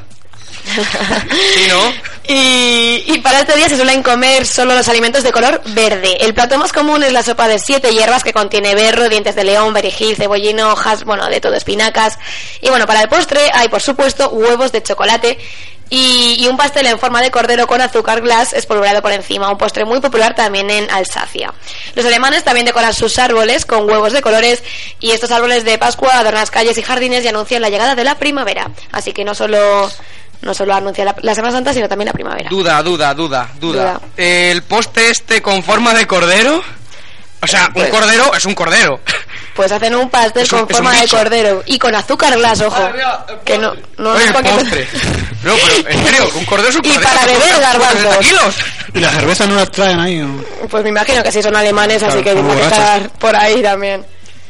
¿Sí, no? Y, y para este día se suelen comer solo los alimentos de color verde. El plato más común es la sopa de siete hierbas que contiene berro, dientes de león, perejil, cebollino, hojas, bueno, de todo, espinacas. Y bueno, para el postre hay, por supuesto, huevos de chocolate y, y un pastel en forma de cordero con azúcar glass espolvoreado por encima. Un postre muy popular también en Alsacia. Los alemanes también decoran sus árboles con huevos de colores y estos árboles de Pascua adornan las calles y jardines y anuncian la llegada de la primavera. Así que no solo... No solo anuncia la, la Semana Santa, sino también la primavera. Duda, duda, duda, duda. Duda. El poste este con forma de cordero. O sea, Pues- un cordero es un cordero. Pues hacen un pastel Es un- con es un forma de bicho. cordero y con azúcar glass, ojo. Que no, no, Oye, no el cualquier- postre. No, pero en serio, un cordero es un Y cordero. para beber, cuesta garbanzos. cuarenta kilos. Y la cerveza no la traen ahí. ¿no? Pues me imagino que sí son alemanes, así Claro, que como tendrá que borrachos. estar por ahí también.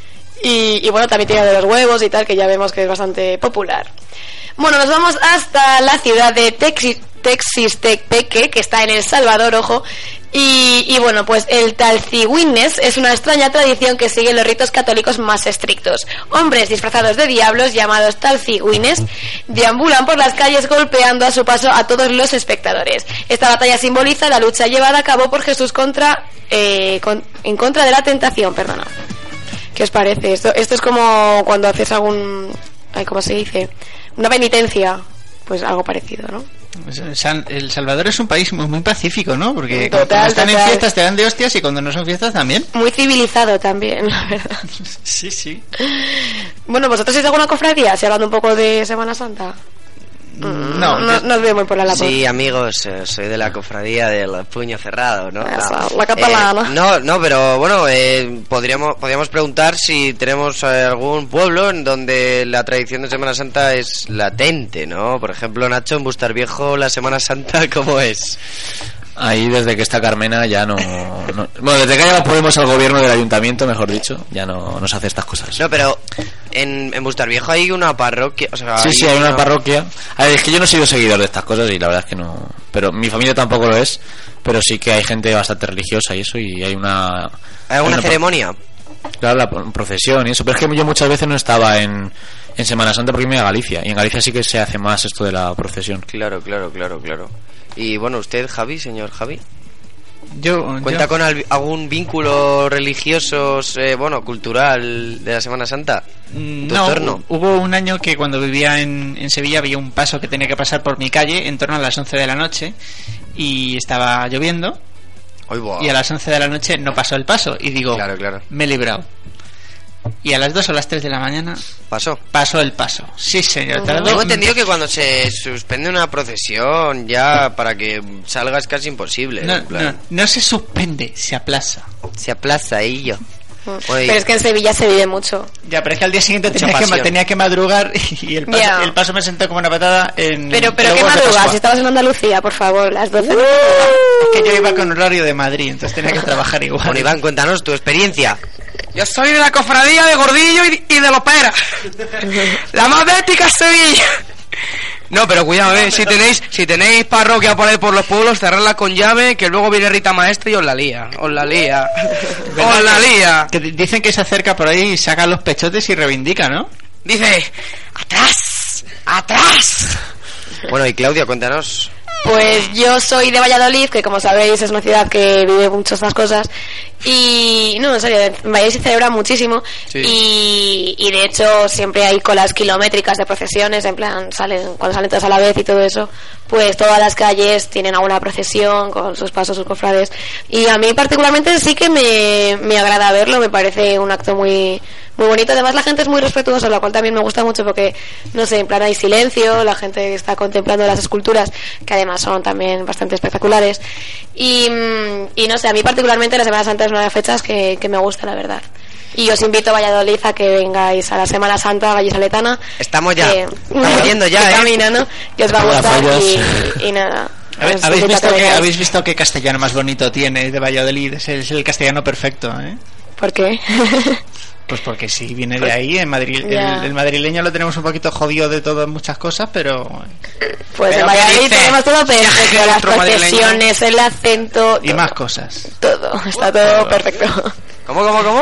Y, y bueno, también tiene de los huevos y tal, que ya vemos que es bastante popular. Bueno, nos vamos hasta la ciudad de Texi- Texistecpeque, que está en El Salvador, ojo. Y, y bueno, pues el Talcigüines es una extraña tradición que sigue los ritos católicos más estrictos. Hombres disfrazados de diablos, llamados Talcigüines, deambulan por las calles golpeando a su paso a todos los espectadores. Esta batalla simboliza la lucha llevada a cabo por Jesús contra, eh, con- en contra de la tentación, perdona. ¿Qué os parece? Esto, esto es como cuando haces algún... Ay, ¿cómo se dice? Una penitencia. Pues algo parecido, ¿no? San- El Salvador es un país muy, muy pacífico, ¿no? Porque Total, cuando están en total. fiestas te dan de hostias y cuando no son fiestas también. Muy civilizado también, la verdad. Sí, sí. Bueno, ¿vosotros sois de alguna cofradía? Si hablando un poco de Semana Santa. No, no, no os veo muy por la labor. Sí, amigos, eh, soy de la cofradía del puño cerrado, ¿no? Esa, la catalana. Eh, no, no, pero bueno, eh, podríamos podríamos preguntar si tenemos eh, algún pueblo en donde la tradición de Semana Santa es latente, ¿no? Por ejemplo, Nacho, en Bustarviejo, la Semana Santa, ¿cómo es? Ahí desde que está Carmena ya no, no- bueno, desde que ya Podemos al gobierno del ayuntamiento, mejor dicho, ya no, no se hace estas cosas. No, pero en, en Bustarviejo hay una parroquia, o sea, Sí, sí, hay una parroquia. A ver, es que yo no he sido seguidor de estas cosas y la verdad es que no. Pero mi familia tampoco lo es. Pero sí que hay gente bastante religiosa y eso. Y hay una. ¿Hay alguna una- ceremonia? Claro, la procesión y eso. Pero es que yo muchas veces no estaba en, en Semana Santa porque me iba a Galicia. Y en Galicia sí que se hace más esto de la procesión. Claro, claro, claro, claro. Y bueno, usted, Javi, señor Javi, Yo, ¿cuenta yo- con al- algún vínculo religioso, eh, bueno, cultural de la Semana Santa? Mm, ¿Tu No, entorno? hubo un año que cuando vivía en, en Sevilla había un paso que tenía que pasar por mi calle en torno a las once de la noche y estaba lloviendo Ay, buah. y a las once de la noche no pasó el paso y digo, Claro, claro. me he librado. Y a las dos o las tres de la mañana ¿Pasó? pasó el paso. Sí, señor. tardó- Tengo entendido que cuando se suspende una procesión ya para que salga es casi imposible. No, en plan, no, no se suspende, se aplaza. Se aplaza ahí yo. Oye, Pero es que en Sevilla se vive mucho. Ya, pero es que al día siguiente Mucha tenía que, pasión. tenía que madrugar y el paso, Ya. el paso me sentó como una patada en Pero, pero los ¿qué huevos de madrugas? Pascua. Si estabas en Andalucía, por favor, las doce. Es que yo iba con horario de Madrid, entonces tenía que trabajar igual. bueno, Iván, cuéntanos tu experiencia. Yo soy de la cofradía de Gordillo y, y de Lopera. La más bética es Sevilla. No, pero cuidado, eh, si tenéis si tenéis parroquia por ahí por los pueblos, cerradla con llave, que luego viene Rita Maestra y os la lía. Os la lía. Os la lía. Que di- dicen que se acerca por ahí y saca los pechotes y reivindica, ¿no? Dice, atrás, atrás. Bueno, y Claudia, cuéntanos. Pues yo soy de Valladolid, que como sabéis es una ciudad que vive mucho estas cosas. Y no, en serio, en Valladolid se celebra muchísimo. Sí. Y, y de hecho siempre hay colas kilométricas de procesiones, en plan, salen cuando salen todas a la vez y todo eso. Pues todas las calles tienen alguna procesión con sus pasos, sus cofrades. Y a mí particularmente sí que me, me agrada verlo, me parece un acto muy muy bonito. Además la gente es muy respetuosa, lo cual también me gusta mucho porque, no sé, en plan hay silencio, la gente está contemplando las esculturas, que además son también bastante espectaculares. Y, mm, y no sé, a mí particularmente la Semana Santa es una de las fechas que, que me gusta, la verdad. Y os invito a Valladolid a que vengáis a la Semana Santa vallisoletana. Estamos ya. Que- Estamos yendo ya, que ¿eh? camina, ¿no? Que os va a Hola, gustar fallas. y, y nada. Habe- os ¿Habéis invito a visto, que, vengáis. ¿Habéis visto qué castellano más bonito tiene de Valladolid? Es el, es el castellano perfecto, ¿eh? ¿Por qué? Pues porque sí, viene de ahí. En Madrid, Ya. el, el madrileño lo tenemos un poquito jodido de todo en muchas cosas, pero... Pues Pero en ¿qué Valladolid dice? tenemos todo Ya, perfecto, que las otro madrileño. procesiones, el acento, Y todo, más cosas. todo, está todo perfecto. ¿Cómo, cómo, cómo?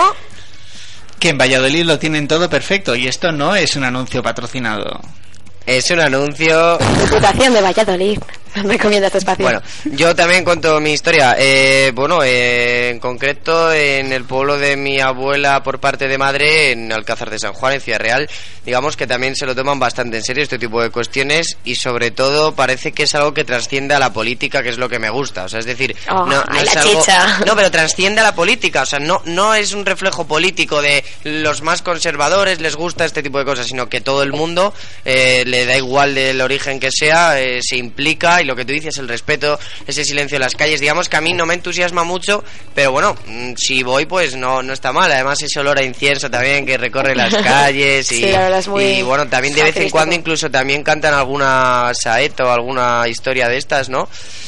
Que en Valladolid lo tienen todo perfecto y esto no es un anuncio patrocinado. Es un anuncio. Diputación de Valladolid recomienda este espacio. Bueno, yo también cuento mi historia. Eh, bueno, eh, en concreto en el pueblo de mi abuela por parte de madre, en Alcázar de San Juan, en Ciudad Real, digamos que también se lo toman bastante en serio este tipo de cuestiones y sobre todo parece que es algo que trasciende a la política, que es lo que me gusta. O sea, es decir, Oh, no, no ay, es la algo, chicha. no, pero trasciende a la política. O sea, no, no es un reflejo político de los más conservadores les gusta este tipo de cosas, sino que todo el mundo eh, le da igual del origen que sea, eh, se implica y lo que tú dices, el respeto, ese silencio en las calles, digamos que a mí no me entusiasma mucho, pero bueno, si voy pues no no está mal. Además ese olor a incienso también que recorre las calles y, sí, la verdad es muy y bueno, también de vez en cuando incluso también cantan alguna saeta o alguna historia de estas, ¿no?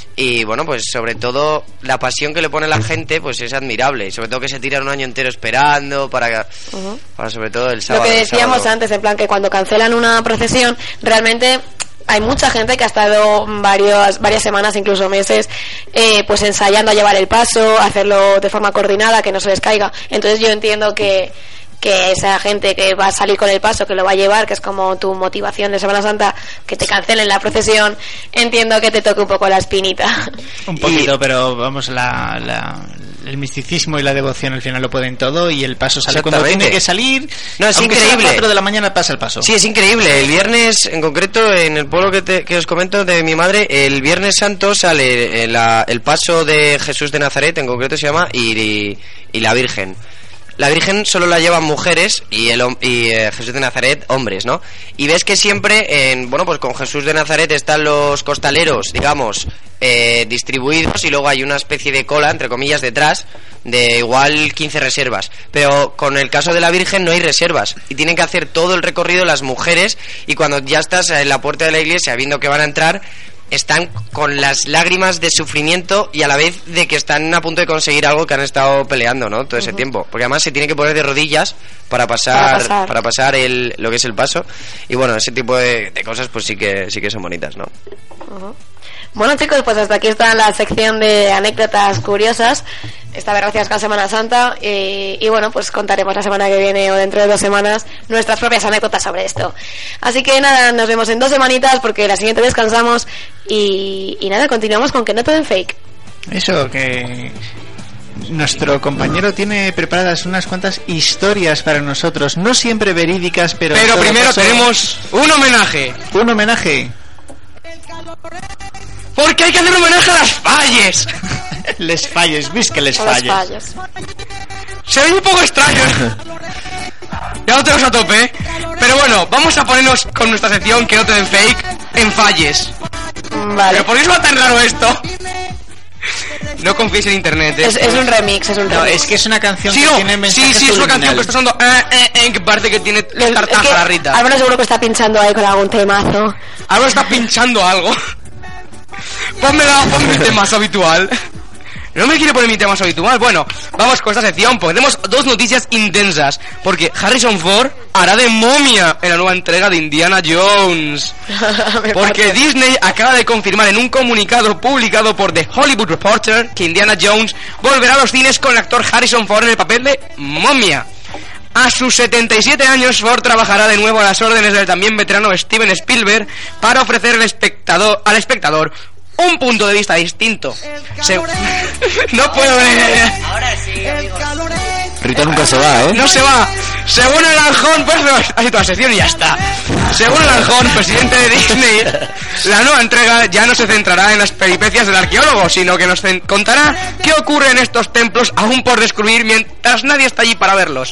Y bueno, pues sobre todo la pasión que le pone la gente pues es admirable, y sobre todo que se tiran un año entero esperando para, uh-huh. para sobre todo el sábado. Lo que decíamos sábado. antes, en plan que cuando cancelan una procesión, realmente hay mucha gente que ha estado varios, varias semanas, incluso meses, eh, pues ensayando a llevar el paso, hacerlo de forma coordinada, que no se les caiga. Entonces yo entiendo que que esa gente que va a salir con el paso, que lo va a llevar, que es como tu motivación de Semana Santa, que te cancelen la procesión, entiendo que te toque un poco la espinita. Un poquito, y... pero vamos, la, la, el misticismo y la devoción al final lo pueden todo, y el paso sale cuando tiene que salir. No, es aunque increíble. Sea a las cuatro de la mañana pasa el paso. Sí, es increíble. El viernes, en concreto, en el pueblo que, te, que os comento de mi madre, el Viernes Santo sale la, el paso de Jesús de Nazaret, en concreto se llama, y, y, y la Virgen. La Virgen solo la llevan mujeres y el y eh, Jesús de Nazaret hombres, ¿no? Y ves que siempre, en, bueno, pues con Jesús de Nazaret están los costaleros, digamos, eh, distribuidos, y luego hay una especie de cola, entre comillas, detrás, de igual quince reservas. Pero con el caso de la Virgen no hay reservas, y tienen que hacer todo el recorrido las mujeres, y cuando ya estás en la puerta de la iglesia viendo que van a entrar, están con las lágrimas de sufrimiento y a la vez de que están a punto de conseguir algo que han estado peleando, ¿no? Todo ese uh-huh. tiempo, porque además se tiene que poner de rodillas para pasar para pasar, para pasar el, lo que es el paso, y bueno, ese tipo de, de cosas pues sí que sí que son bonitas, ¿no? Uh-huh. Bueno, chicos, pues hasta aquí está la sección de anécdotas curiosas, esta vez gracias a Semana Santa, y, y bueno, pues contaremos la semana que viene o dentro de dos semanas nuestras propias anécdotas sobre esto. Así que nada, nos vemos en dos semanitas, porque la siguiente descansamos, y, y nada, continuamos con que no todo en fake. Eso, que nuestro compañero tiene preparadas unas cuantas historias para nosotros, no siempre verídicas, pero... Pero primero caso, tenemos un homenaje. Un homenaje. Porque hay que hacer un homenaje a las falles. Les falles, vis que les falles. falles. Se ve un poco extraño. Ya lo tenemos a tope. Pero bueno, vamos a ponernos con nuestra sección que no te den fake en falles. Vale. Pero ¿por qué suena tan raro esto? No confíes en internet, ¿eh? es, es un remix, es un remix. No, es que es una canción sí, que no, tiene mensajes Sí, sí, es una canción que está sonando eh, eh, eh, que parece que tiene tartaja es que la Rita. Álvaro seguro que está pinchando ahí con algún temazo. Álvaro está pinchando algo. Ponme, la, ponme mi temazo habitual. No me quiere poner mi temazo habitual. Bueno, vamos con esta sección, porque tenemos dos noticias intensas. Porque Harrison Ford hará de momia en la nueva entrega de Indiana Jones. Porque Disney acaba de confirmar en un comunicado publicado por The Hollywood Reporter que Indiana Jones volverá a los cines con el actor Harrison Ford en el papel de momia. A sus setenta y siete años, Ford trabajará de nuevo a las órdenes del también veterano Steven Spielberg para ofrecer al espectador, al espectador un punto de vista distinto. Se... no puedo ver. Ahora sí, amigos. Rita nunca se va, ¿eh? No se va. Según el Aljón, pues así toda la sección y ya está. Según el Aljón, presidente de Disney, la nueva entrega ya no se centrará en las peripecias del arqueólogo, sino que nos contará qué ocurre en estos templos aún por descubrir mientras nadie está allí para verlos.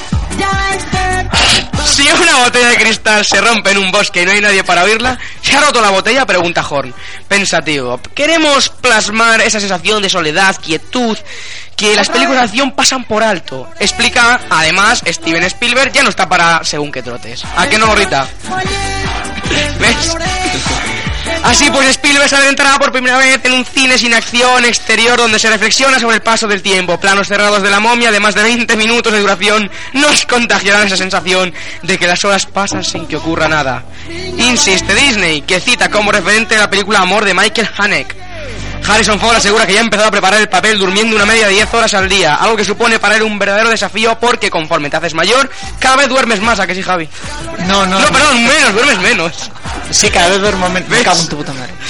Si una botella de cristal se rompe en un bosque y no hay nadie para oírla, ¿se ha roto la botella?, pregunta Horn, pensativo. Queremos plasmar esa sensación de soledad, quietud, que las películas de acción pasan por alto. Explica, además, Steven Spielberg ya no está para según qué trotes. ¿A qué no, Rita? ¿Ves? Así pues, Spielberg se adentrará por primera vez en un cine sin acción exterior donde se reflexiona sobre el paso del tiempo. Planos cerrados de la momia de más de veinte minutos de duración nos contagiarán esa sensación de que las horas pasan sin que ocurra nada. Insiste Disney, que cita como referente la película Amor de Michael Haneke. Harrison Ford asegura que ya ha empezado a preparar el papel durmiendo una media de diez horas al día, algo que supone para él un verdadero desafío porque conforme te haces mayor, cada vez duermes más, ¿a que sí, Javi? No, no. No, perdón, menos, duermes menos. Sí, cada vez duermo menos. Me cago en tu puta madre.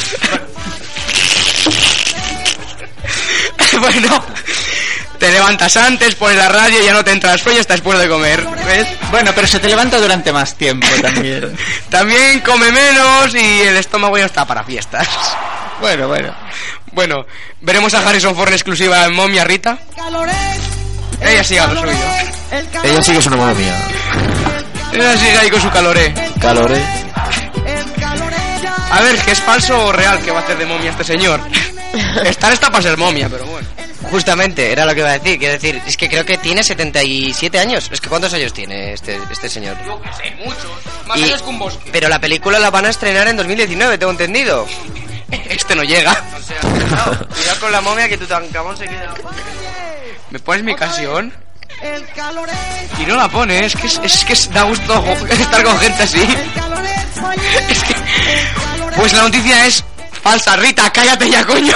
Bueno, te levantas antes, pones la radio y ya no te entras sueño hasta después de comer, ¿ves? Bueno, pero se te levanta durante más tiempo también. También come menos y el estómago ya no está para fiestas. Bueno, bueno. Bueno, veremos a Harrison Ford en exclusiva en Momia, Rita. Ella sigue a lo suyo. Ella sí que es una momia. Ella sigue ahí con su caloré. Caloré. A ver, ¿qué es falso o real que va a hacer de momia este señor? Estar está para ser momia, pero bueno. Justamente, era lo que iba a decir. Quiero decir, es que creo que tiene setenta y siete años. Es que ¿cuántos años tiene este, este señor? Yo que sé, muchos. Más Y- años que un bosque. Pero la película la van a estrenar en dos mil diecinueve, tengo entendido. Este no llega. O sea, cuidado, cuidado con la momia que Tutankamón se queda. ¿Me pones mi canción? Y no la pones, es que, es, es que es- da gusto jo- estar con gente así. Es que... Pues la noticia es falsa. Rita, cállate ya, coño.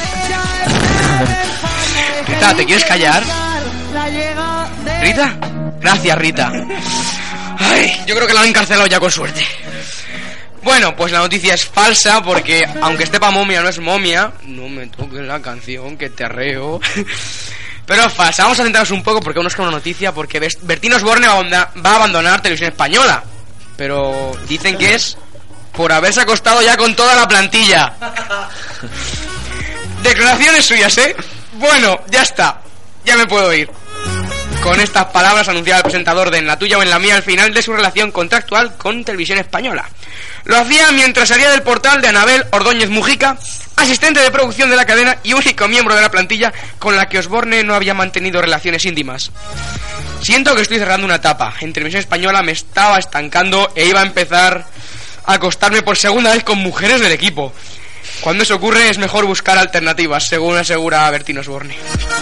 Rita, ¿te quieres callar? ¿Rita? Gracias, Rita. Ay, yo creo que la han encarcelado ya con suerte. Bueno, pues la noticia es falsa porque aunque esté pa' momia no es momia. No me toques la canción que te arreo. Pero es falsa. Vamos a centrarnos un poco porque aún nos queda una noticia porque Best- Bertín Osborne va a abanda- va a abandonar Televisión Española. Pero dicen que es por haberse acostado ya con toda la plantilla. Declaraciones suyas, ¿eh? Bueno, ya está. Ya me puedo ir. Con estas palabras anunciaba el presentador de En la tuya o en la mía al final de su relación contractual con Televisión Española. Lo hacía mientras salía del portal de Anabel Ordóñez Mujica, asistente de producción de la cadena y único miembro de la plantilla con la que Osborne no había mantenido relaciones íntimas. Siento que estoy cerrando una etapa. En Televisión Española me estaba estancando e iba a empezar a acostarme por segunda vez con mujeres del equipo. Cuando eso ocurre es mejor buscar alternativas, según asegura Bertín Osborne.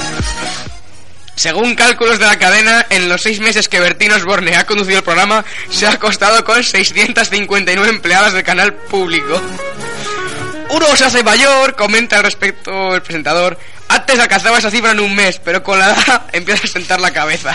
Según cálculos de la cadena, en los seis meses que Bertín Osborne ha conducido el programa, se ha acostado con seiscientas cincuenta y nueve empleadas del canal público. Uno se hace mayor, comenta al respecto el presentador. Antes alcanzaba esa cifra en un mes, pero con la edad empieza a sentar la cabeza.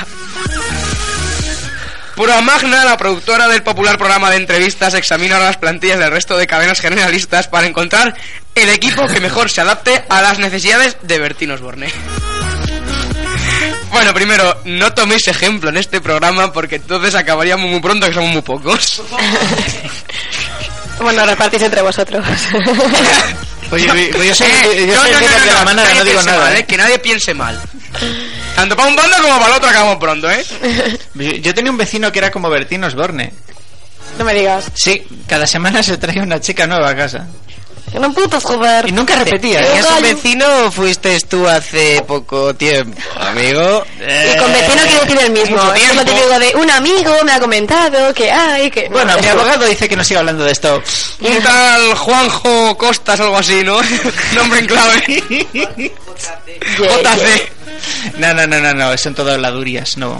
Pura Magna, la productora del popular programa de entrevistas, examina ahora las plantillas del resto de cadenas generalistas para encontrar el equipo que mejor se adapte a las necesidades de Bertín Osborne. Bueno, primero, no toméis ejemplo en este programa porque entonces acabaríamos muy pronto, que somos muy pocos. Bueno, repartís entre vosotros. Oye, oye, yo soy, Eh, yo no, soy no, el no, líder de no, la manada, nadie no digo piense nada. mal, ¿eh? eh, que nadie piense mal. Tanto para un bando como para el otro acabamos pronto, ¿eh? Yo tenía un vecino que era como Bertín Osborne. No me digas. Sí, cada semana se traía una chica nueva a casa. Que no putas, joder. Y nunca repetía. ¿Tenías ¿eh? un vecino o fuiste tú hace poco tiempo, amigo? Y con vecino quiere decir el mismo. mucho Es lo tiempo. típico de un amigo me ha comentado que hay, que... Bueno, No, mi eso. abogado dice que no siga hablando de esto. Un tal Juanjo Costas, algo así, ¿no? Nombre en clave. Yeah, J yeah. C. No, no, no, no, no, son todas ladurias, no.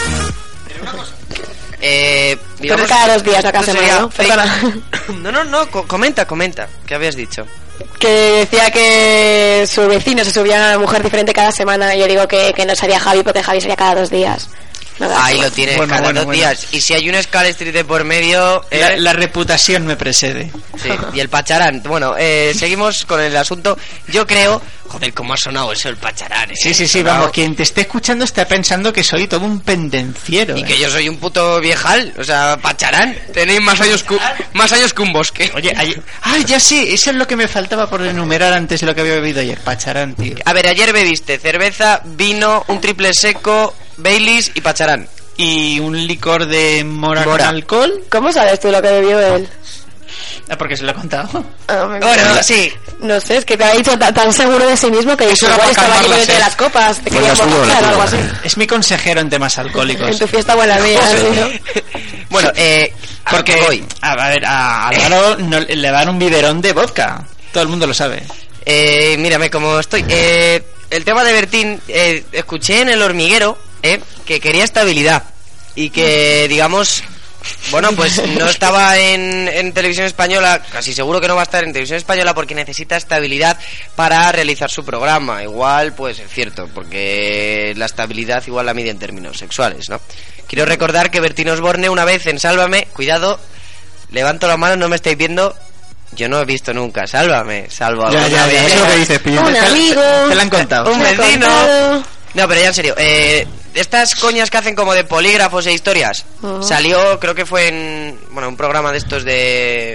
Eh, Pero digamos, cada dos días, no cada esto semana, sería ¿no? fake- Perdona. No, no, no, co- comenta, comenta. ¿Qué habías dicho? Que decía que su vecino se subía a una mujer diferente cada semana y yo digo que, que no sería Javi porque Javi sería cada dos días. No, Ahí lo tienes, Bueno, cada bueno, dos bueno. días. Y si hay un Scar Street de por medio... eh, La, la reputación me precede. sí, y el Pacharán. Bueno, eh, seguimos con el asunto. Yo creo... Joder, cómo ha sonado eso el Pacharán, eh. Sí, sí, sí, Sonado. vamos, quien te esté escuchando está pensando que soy todo un pendenciero. Y ¿eh? que yo soy un puto viejal. O sea, Pacharán. Tenéis más años que, más años que un bosque. Oye, ay, ay, ya sí, eso es lo que me faltaba por enumerar antes de lo que había bebido ayer. Pacharán, tío. A ver, ayer bebiste cerveza, vino, un triple seco, Baileys y Pacharán. Y un licor de mora, Mora. con alcohol. ¿Cómo sabes tú lo que bebió él? Ah, porque se lo he contado. Ah, me- Bueno, sí. No sé, es que te ha dicho tan, tan seguro de sí mismo que Eso era igual para estaba aquí calmar la bebiendo de sed. las copas, te Pues quería la subo, la emborrachar o subo. algo así. Es mi consejero en temas alcohólicos. En tu fiesta o en la mía, ¿sí, no? Bueno, eh... a lo Porque, que voy. a ver, a Álvaro no- le dan un biberón de vodka. Todo el mundo lo sabe. Eh, mírame cómo estoy. Eh, el tema de Bertín, eh, escuché en El Hormiguero eh, que quería estabilidad y que, digamos, bueno, pues no estaba en, en Televisión Española, casi seguro que no va a estar en Televisión Española porque necesita estabilidad para realizar su programa. Igual, pues es cierto, porque la estabilidad igual la mide en términos sexuales, ¿no? Quiero recordar que Bertín Osborne una vez en Sálvame, cuidado, levanto la mano, no me estáis viendo. Yo no he visto nunca, Sálvame, salvo Ya, alguna ya, ya, vez. eso es lo que dices, Pillo. Un Te- te- amigo. Te lo han contado. Un Me ha vecino. contado. No, pero ya en serio, eh, estas coñas que hacen como de polígrafos e historias, Ujú. salió, creo que fue en, bueno, un programa de estos de,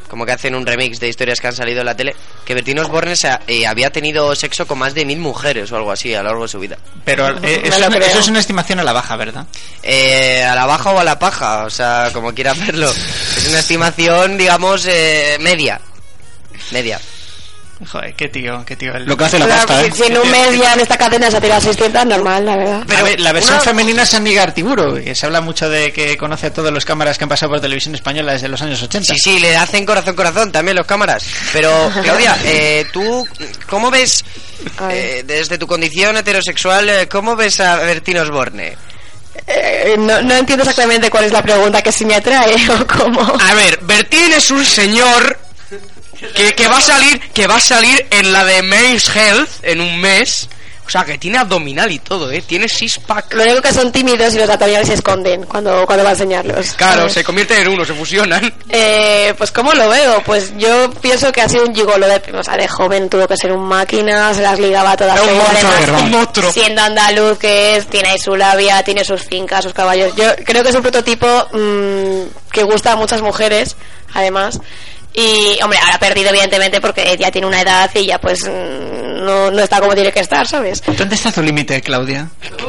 como que hacen un remix de historias que han salido en la tele, que Bertín Osborne se, eh, había tenido sexo con más de mil mujeres o algo así a lo largo de su vida. Pero eh, eso, eso es una estimación a la baja, ¿verdad? Eh, a la baja o a la paja, o sea, como quiera verlo. Es una estimación, digamos, eh, media. Media. Joder, qué tío, qué tío. El... Lo que hace la pasta, ¿eh? Si en un mes ya en esta cadena se ha tirado seiscientas, normal, la verdad. Pero a ver, la versión una... femenina es Aniga Artiburu, que se habla mucho de que conoce a todos los cámaras que han pasado por televisión española desde los años ochenta. Sí, sí, le hacen corazón, corazón también los cámaras. Pero, Claudia, eh, tú, ¿cómo ves, eh, desde tu condición heterosexual, eh, cómo ves a Bertín Osborne? Eh, no, no entiendo exactamente cuál es la pregunta, que si me atrae o cómo. A ver, Bertín es un señor que, que va a salir que va a salir en la de Men's Health en un mes. O sea, que tiene abdominal y todo, ¿eh? Tiene six-pack. Lo único que son tímidos y los abdominales se esconden cuando, cuando va a enseñarlos. Claro, ¿sabes? se convierten en uno, se fusionan. Eh, pues ¿cómo lo veo? Pues yo pienso que ha sido un gigolo de, o sea, de joven, tuvo que ser un máquina, se las ligaba todas. Un feas, monstruo, además, un monstruo. siendo andaluz que es, tiene ahí su labia, tiene sus fincas, sus caballos. Yo creo que es un prototipo mmm, que gusta a muchas mujeres, además. Y, hombre, ahora ha perdido evidentemente porque ya tiene una edad y ya pues no, no está como tiene que estar, ¿sabes? ¿Dónde está tu límite, Claudia?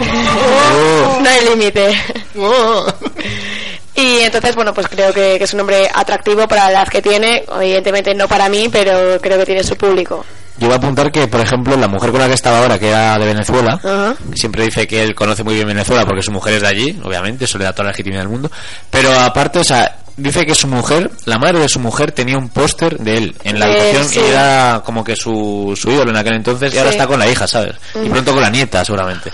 Oh. No hay límite. Oh. Y entonces, bueno, pues creo que, que es un hombre atractivo para la edad que tiene. Evidentemente no para mí, pero creo que tiene su público. Yo voy a apuntar que, por ejemplo, la mujer con la que estaba ahora, que era de Venezuela, uh-huh. que siempre dice que él conoce muy bien Venezuela porque su mujer es de allí, obviamente, eso le da toda la legitimidad del mundo, pero aparte, o sea, dice que su mujer, la madre de su mujer, tenía un póster de él en la habitación eh, sí. y era como que su, su ídolo en aquel entonces, y ahora sí. está con la hija, ¿sabes? Uh-huh. Y pronto con la nieta, seguramente.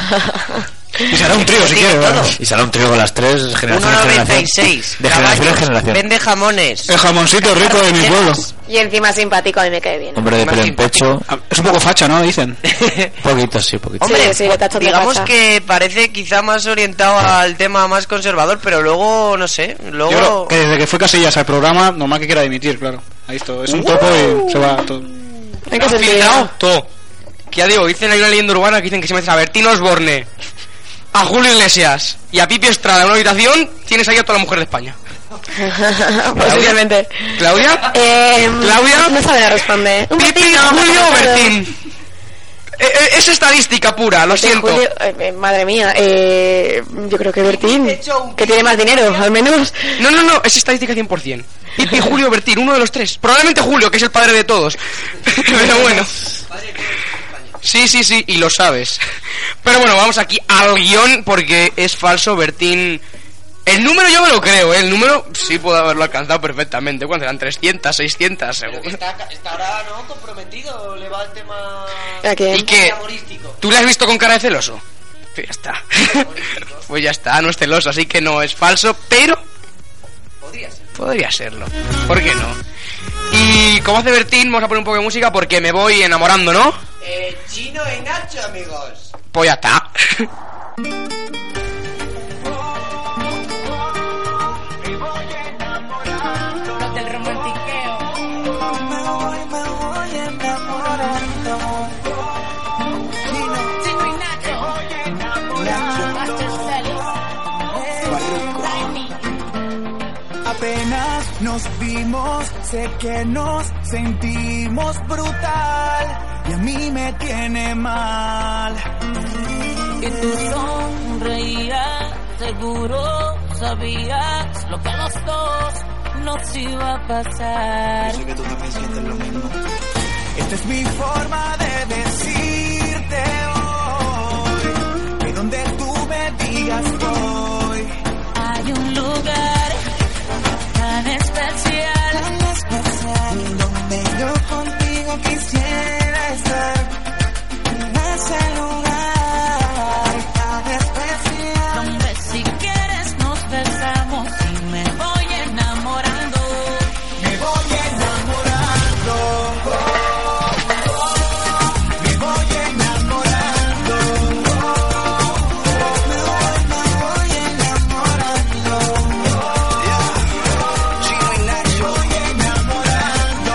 Y será un trío si quiere, ¿verdad? Y será un trío con las tres, generación en generación. De generación en generación. Vende jamones. El jamoncito rico de mi pueblo. Y encima simpático, a mí me cae bien. Hombre de pelo en pecho. Es un poco facha, ¿no? Dicen. Poquito, sí, poquito. Hombre, sí, sí, digamos que parece quizá más orientado al tema más conservador, pero luego, no sé, luego... Yo creo que desde que fue Casillas al programa, normal que quiera dimitir, claro. Ahí está, es un uh, topo y se va todo. ¿En qué sentido? Todo. Que ya digo, dicen, hay una leyenda urbana que dicen que si metes a Bertín Osborne, a Julio Iglesias y a Pipi Estrada en una habitación, tienes ahí a toda la mujer de España. Posiblemente. ¿Claudia? Eh, ¿Claudia? No sabía responder. ¿Pipi, Julio o Bertín? Eh, eh, es estadística pura, lo siento. Julio, eh, madre mía, eh, yo creo que Bertín, que tiene más dinero, al menos. No, no, no, es estadística cien por ciento. Pipi, Julio, Bertín, uno de los tres. Probablemente Julio, que es el padre de todos. Pero bueno. Sí, sí, sí, y lo sabes. Pero bueno, vamos aquí al guión porque es falso, Bertín. El número yo me lo creo, ¿eh? El número sí puedo haberlo alcanzado perfectamente. ¿Cuánto eran? ¿trescientas, seiscientas? Seguro. Está, está ahora, ¿no? Comprometido, le va el tema... ¿A qué? ¿Y qué? ¿Tú le has visto con cara de celoso? Pues ya está. Pues ya está, no es celoso, así que no es falso, pero... Podría ser. Podría serlo. ¿Por qué no? Y como hace Bertín, vamos a poner un poco de música porque me voy enamorando, ¿no? Eh, Chino y Nacho, amigos. Pues ya está. Apenas nos vimos, sé que nos sentimos brutal y a mí me tiene mal. Y tú sonreías, seguro sabías lo que a los dos nos iba a pasar. Yo sé que tú también sientes lo mismo. Esta es mi forma de decirte hoy, que donde tú me digas voy. Hay un lugar tan especial, tan especial, donde yo contigo quisiera estar. En ese lugar tan especial, donde si quieres nos besamos y me voy enamorando. Me voy enamorando. Oh, oh, oh, me voy enamorando. Oh, oh, me voy, me voy enamorando. Chino y Nacho, voy enamorando.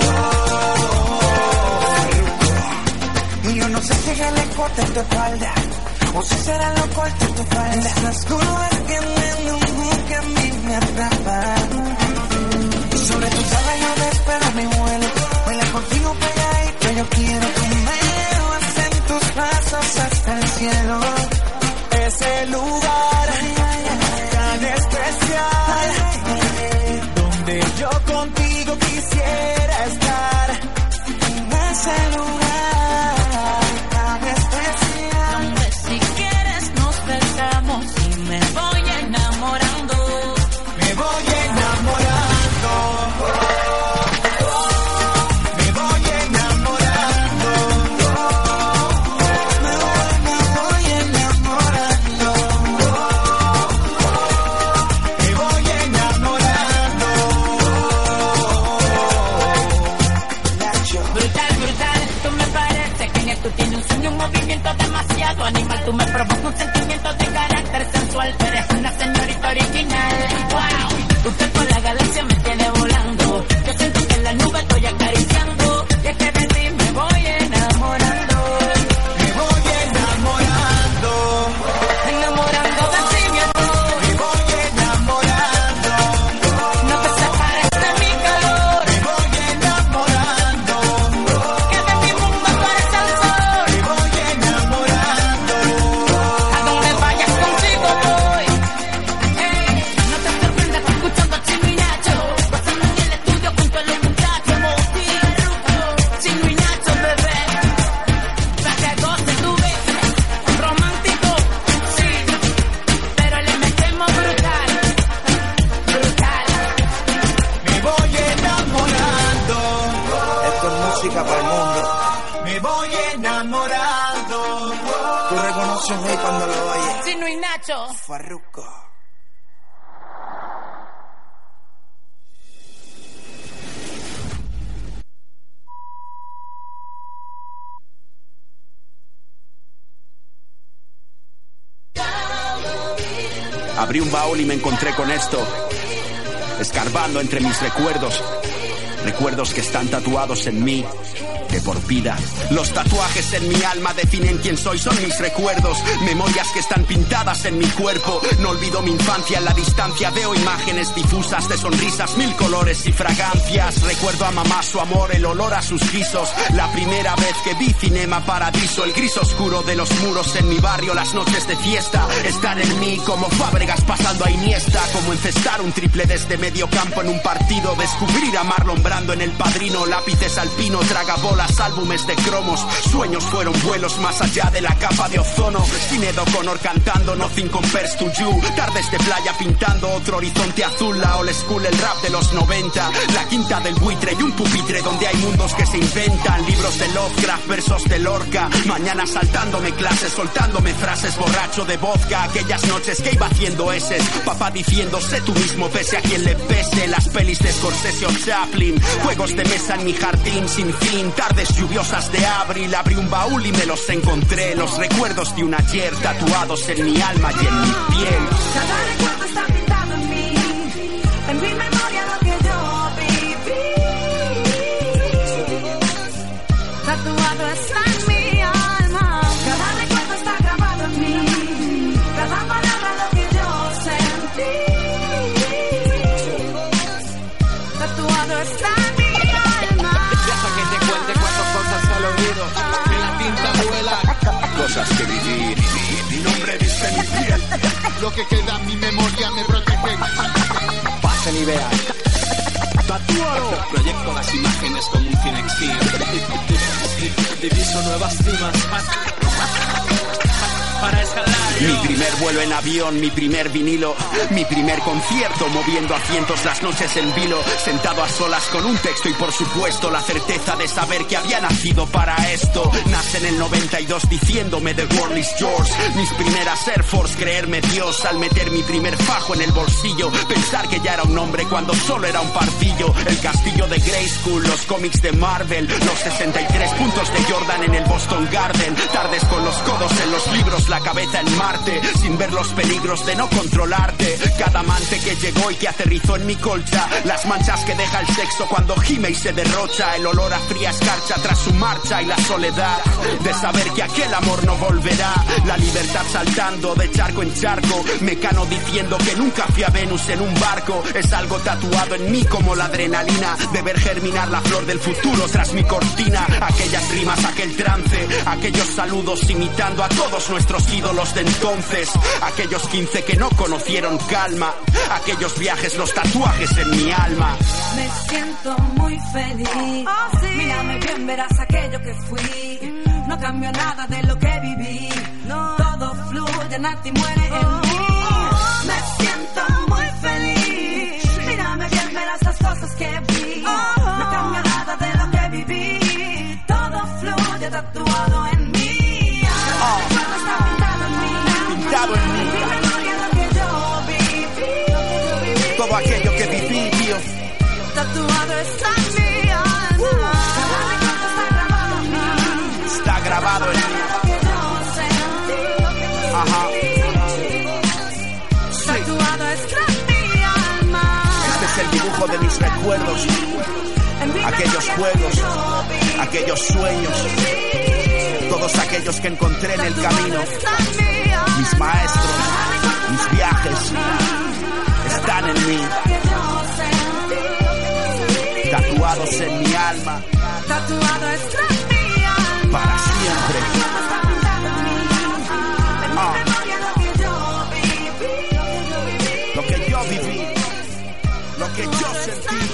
Y yo no sé si es el corte en tu espalda o si será lo corto en tu falda. Esas curvas tienen un que a mí me atrapa. Sobre tus Nacho. Farruko. Abrí un baúl y me encontré con esto, escarbando entre mis recuerdos, recuerdos que están tatuados en mí de por vida. Los tatuajes en mi alma definen quién soy, son mis recuerdos, memorias que están pintadas en mi cuerpo. No olvido mi infancia, en la distancia veo imágenes difusas de sonrisas, mil colores y fragancias. Recuerdo a mamá, su amor, el olor a sus guisos, la primera vez que vi Cinema Paradiso, el gris oscuro de los muros en mi barrio, las noches de fiesta están en mí como Fábregas pasando a Iniesta, como encestar un triple desde medio campo en un partido, descubrir a Marlon Brando en El Padrino, lápices alpino, tragabolas, álbumes de cromos, sueños fueron vuelos más allá de la capa de ozono. Sinead O'Connor cantando Nothing Compares to You, tardes de playa pintando otro horizonte azul, la old school, el rap de los noventa, la quinta del buitre y un pupitre donde hay mundos que se inventan, libros de Lovecraft, versos de Lorca, mañana saltándome clases, soltándome frases, borracho de vodka, aquellas noches que iba haciendo eses, papá diciendo sé tú mismo pese a quien le pese, las pelis de Scorsese o Chaplin, juegos de mesa en mi jardín sin fin, tardes lluviosas de abril, abrí un baúl y me los encontré, los recuerdos de un ayer tatuados en mi alma y en mi piel. Cada recuerdo está pintado en mí, en mi memoria lo que yo viví, tatuado está en mi alma. Cada recuerdo está grabado en mí, cada palabra lo que yo sentí, tatuado está en mi alma. Deja que te cuente cuatro cosas al oído, que la tinta vuela. Cosas que viví, mi nombre dice mi piel. Lo que queda en mi memoria me protege. Pasen y vean. Tatúalo. Proyecto las imágenes como un Cinexin. Diviso nuevas cimas. Para escalar. Mi primer vuelo en avión, mi primer vinilo, mi primer concierto, moviendo asientos las noches en vilo, sentado a solas con un texto y por supuesto la certeza de saber que había nacido para esto. Nace en el noventa y dos diciéndome The World is yours, mis primeras Air Force, creerme Dios al meter mi primer fajo en el bolsillo, pensar que ya era un hombre cuando solo era un pardillo, el castillo de Grayskull, los cómics de Marvel, los sesenta y tres puntos de Jordan en el Boston Garden, tardes con los codos en los libros, la cabeza en Marte, sin ver los peligros de no controlarte, cada amante que llegó y que aterrizó en mi colcha, las manchas que deja el sexo cuando gime y se derrocha, el olor a fría escarcha tras su marcha y la soledad de saber que aquel amor no volverá, la libertad saltando de charco en charco, Mecano diciendo que nunca fui a Venus en un barco, es algo tatuado en mí como la adrenalina de ver germinar la flor del futuro tras mi cortina, aquellas rimas, aquel trance, aquellos saludos imitando a todos nuestros ídolos de entonces, aquellos quince que no conocieron calma, aquellos viajes, los tatuajes en mi alma. Me siento muy feliz, oh, sí. Mírame bien, verás aquello que fui, no cambio nada de lo que viví, no. Todo fluye, nadie muere oh. en mí, oh. Me siento muy feliz, mírame bien, verás las cosas que vi, oh. No cambio nada de lo que viví, todo fluye, tatuado en mí, oh. Todo está pintado en mí, pintado en mí, mi memoria lo que yo viví, todo aquello que viví, tío, tatuado está en mi alma. Cada recuerdo está grabado en mí, está grabado en mí. Lo que yo sentí, ajá, sí. Tatuado está en mi alma. Este es el dibujo de mis recuerdos, aquellos juegos, aquellos sueños, todos aquellos que encontré en el camino, mis maestros, mis viajes, están en mí, tatuados en mi alma, tatuado está en mi alma, para siempre. Ah. Lo que yo viví, lo que yo sentí.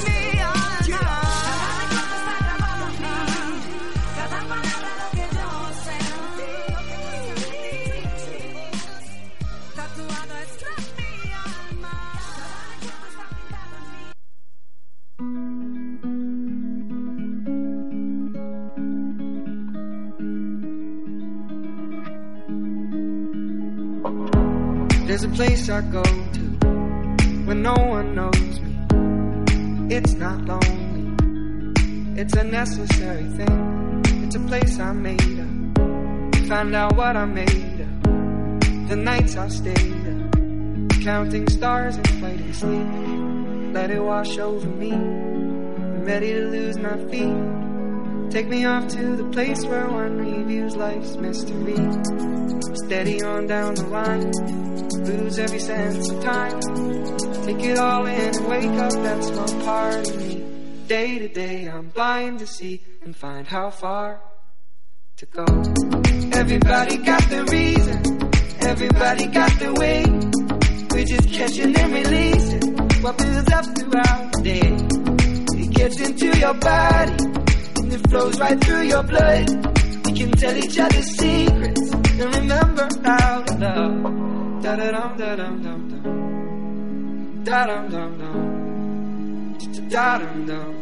There's a place I go to when no one knows me. It's not lonely, it's a necessary thing. It's a place I made up, find out what I made of. The nights I stayed up, counting stars and fighting sleep. Let it wash over me, I'm ready to lose my feet. Take me off to the place where one reviews life's mystery. Steady on down the line, lose every sense of time. Take it all in and wake up that small part of me. Day to day I'm blind to see and find how far to go. Everybody got the reason, everybody got the way. We're just catching and releasing what builds up throughout the day. It gets into your body and it flows right through your blood. We can tell each other secrets and remember how to love. Da da dum da dum dum dum. Da dum dum dum. Da dum dum.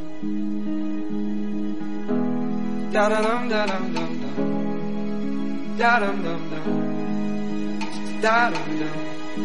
Da da dum da dum dum dum. Da dum dum dum. Da dum dum.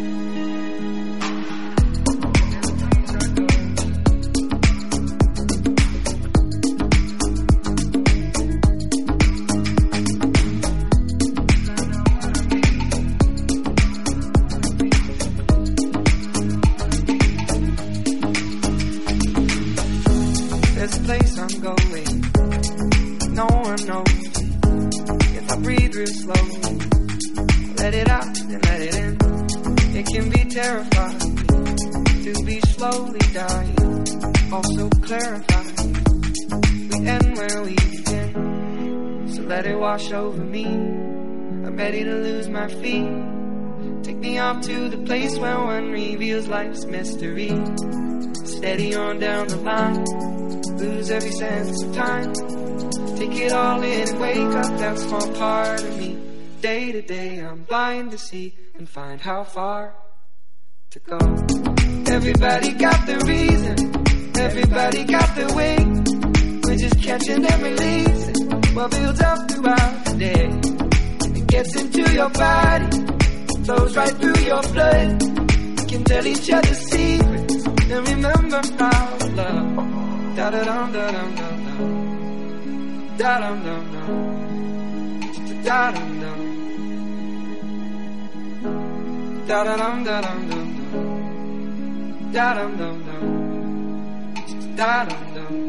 There's a place I'm going, no one knows. If I breathe real slowly, let it out and let it in. It can be terrifying to be slowly dying, also clarifying. We end where we begin, so let it wash over me. I'm ready to lose my feet. Take me off to the place where one reveals life's mystery. Steady on down the line, lose every sense of time. Take it all in and wake up that small part of me. Day to day I'm blind to see and find how far to go. Everybody got the reason, everybody got the way. We're just catching and releasing what builds up throughout the day. It gets into your body, flows right through your blood. We can tell each other secrets and remember how to love. Da da dum da dum dum dum. Da dum dum dum. Da dum dum. Da da dum da dum dum dum. Da dum dum dum. Da dum dum.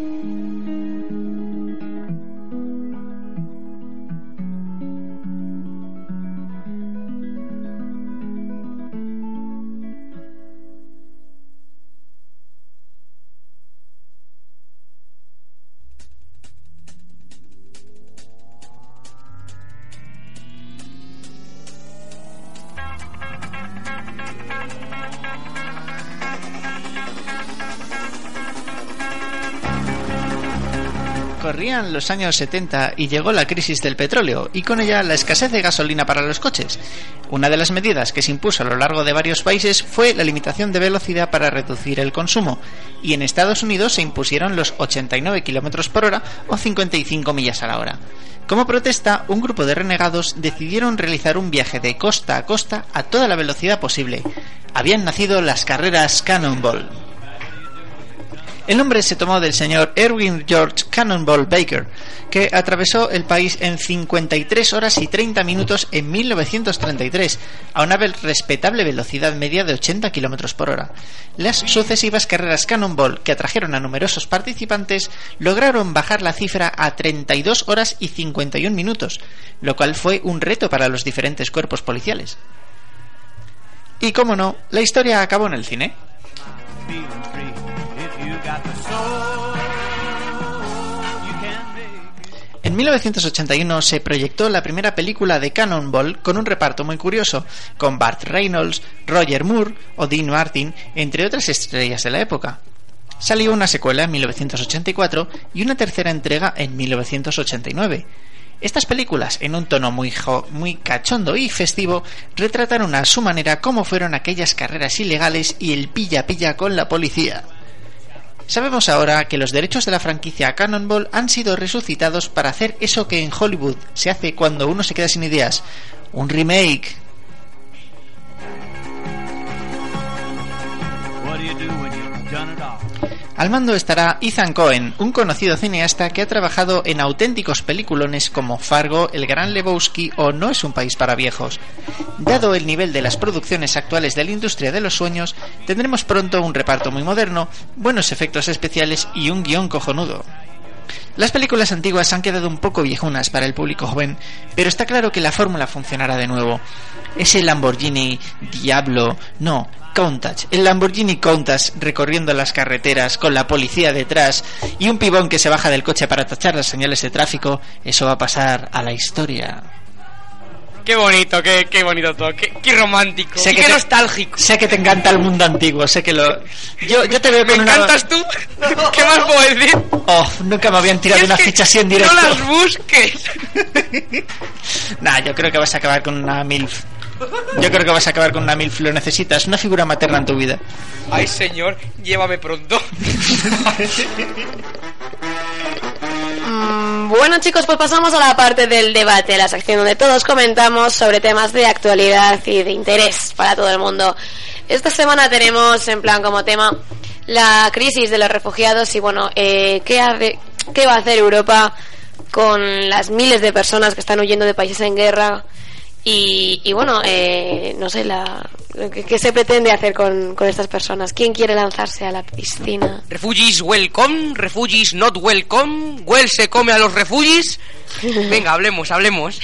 Corrían los años setenta y llegó la crisis del petróleo y con ella la escasez de gasolina para los coches. Una de las medidas que se impuso a lo largo de varios países fue la limitación de velocidad para reducir el consumo, y en Estados Unidos se impusieron los ochenta y nueve kilómetros por hora o cincuenta y cinco millas a la hora. Como protesta, un grupo de renegados decidieron realizar un viaje de costa a costa a toda la velocidad posible. Habían nacido las carreras Cannonball. El nombre se tomó del señor Erwin George Cannonball Baker, que atravesó el país en cincuenta y tres horas y treinta minutos en mil novecientos treinta y tres, a una respetable velocidad media de ochenta kilómetros por hora. Las sucesivas carreras Cannonball, que atrajeron a numerosos participantes, lograron bajar la cifra a treinta y dos horas y cincuenta y un minutos, lo cual fue un reto para los diferentes cuerpos policiales. Y cómo no, la historia acabó en el cine. En mil novecientos ochenta y uno se proyectó la primera película de Cannonball con un reparto muy curioso, con Burt Reynolds, Roger Moore o Dean Martin, entre otras estrellas de la época. Salió una secuela en mil novecientos ochenta y cuatro y una tercera entrega en mil novecientos ochenta y nueve. Estas películas, en un tono muy, jo- muy cachondo y festivo, retrataron a su manera cómo fueron aquellas carreras ilegales y el pilla-pilla con la policía. Sabemos ahora que los derechos de la franquicia Cannonball han sido resucitados para hacer eso que en Hollywood se hace cuando uno se queda sin ideas: un remake. Al mando estará Ethan Coen, un conocido cineasta que ha trabajado en auténticos peliculones como Fargo, El Gran Lebowski o No es un país para viejos. Dado el nivel de las producciones actuales de la industria de los sueños, tendremos pronto un reparto muy moderno, buenos efectos especiales y un guión cojonudo. Las películas antiguas han quedado un poco viejunas para el público joven, pero está claro que la fórmula funcionará de nuevo. Ese Lamborghini Diablo, no, Countach, el Lamborghini Countach recorriendo las carreteras con la policía detrás y un pibón que se baja del coche para tachar las señales de tráfico, eso va a pasar a la historia. Qué bonito, qué, qué bonito todo, qué, qué romántico, sé y que qué te, nostálgico. Sé que te encanta el mundo antiguo, sé que lo... Yo, yo te veo con ¿Me una... encantas tú? ¿Qué más puedo decir? Oh, nunca me habían tirado Es una que ficha así en directo. No las busques. Nah, yo creo que vas a acabar con una MILF. Yo creo que vas a acabar con una MILF. Lo necesitas, una figura materna en tu vida. Ay, señor, llévame pronto. mm, Bueno, chicos, pues pasamos a la parte del debate, la sección donde todos comentamos sobre temas de actualidad y de interés para todo el mundo. Esta semana tenemos en plan como tema la crisis de los refugiados y bueno, eh, ¿qué, hace, ¿qué va a hacer Europa con las miles de personas que están huyendo de países en guerra? Y, y bueno, eh, no sé, la, ¿qué, ¿qué se pretende hacer con, con estas personas? ¿Quién quiere lanzarse a la piscina? Refugees welcome, refugees not welcome, Well se come a los refugees. Venga, hablemos, hablemos.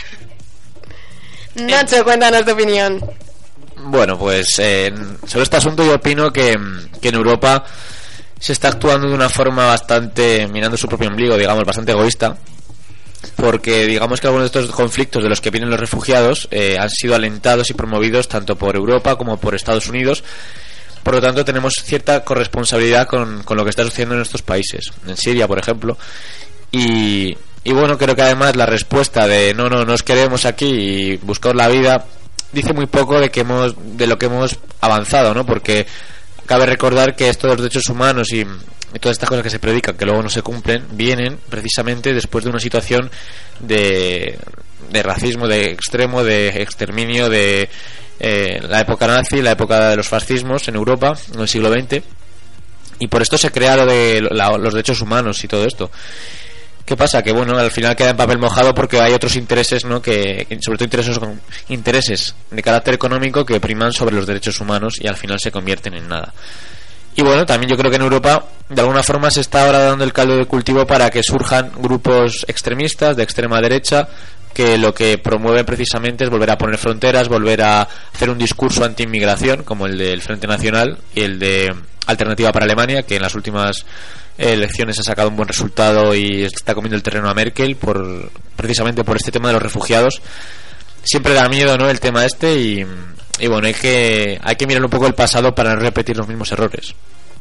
Nacho, cuéntanos tu opinión. Bueno, pues eh, sobre este asunto yo opino que, que en Europa se está actuando de una forma bastante, mirando su propio ombligo, digamos, bastante egoísta. Porque digamos que algunos de estos conflictos de los que vienen los refugiados eh, han sido alentados y promovidos tanto por Europa como por Estados Unidos. Por lo tanto tenemos cierta corresponsabilidad con, con lo que está sucediendo en estos países, en Siria por ejemplo. Y, y bueno, creo que además la respuesta de no, no, nos queremos aquí y buscaos la vida dice muy poco de que hemos, de lo que hemos avanzado, ¿no? Porque cabe recordar que estos derechos humanos y y todas estas cosas que se predican que luego no se cumplen vienen precisamente después de una situación de, de racismo de extremo, de exterminio de eh, la época nazi, la época de los fascismos en Europa en el siglo veinte, y por esto se crea lo de la, los derechos humanos y todo esto. ¿Qué pasa? Que bueno, al final queda en papel mojado porque hay otros intereses, ¿no? Que sobre todo intereses con intereses de carácter económico que priman sobre los derechos humanos y al final se convierten en nada. Y bueno, también yo creo que en Europa de alguna forma se está ahora dando el caldo de cultivo para que surjan grupos extremistas de extrema derecha que lo que promueven precisamente es volver a poner fronteras, volver a hacer un discurso anti-inmigración como el del Frente Nacional y el de Alternativa para Alemania, que en las últimas elecciones ha sacado un buen resultado y está comiendo el terreno a Merkel por precisamente por este tema de los refugiados. Siempre da miedo, ¿no?, el tema este y... Y bueno, hay que hay que mirar un poco el pasado para no repetir los mismos errores.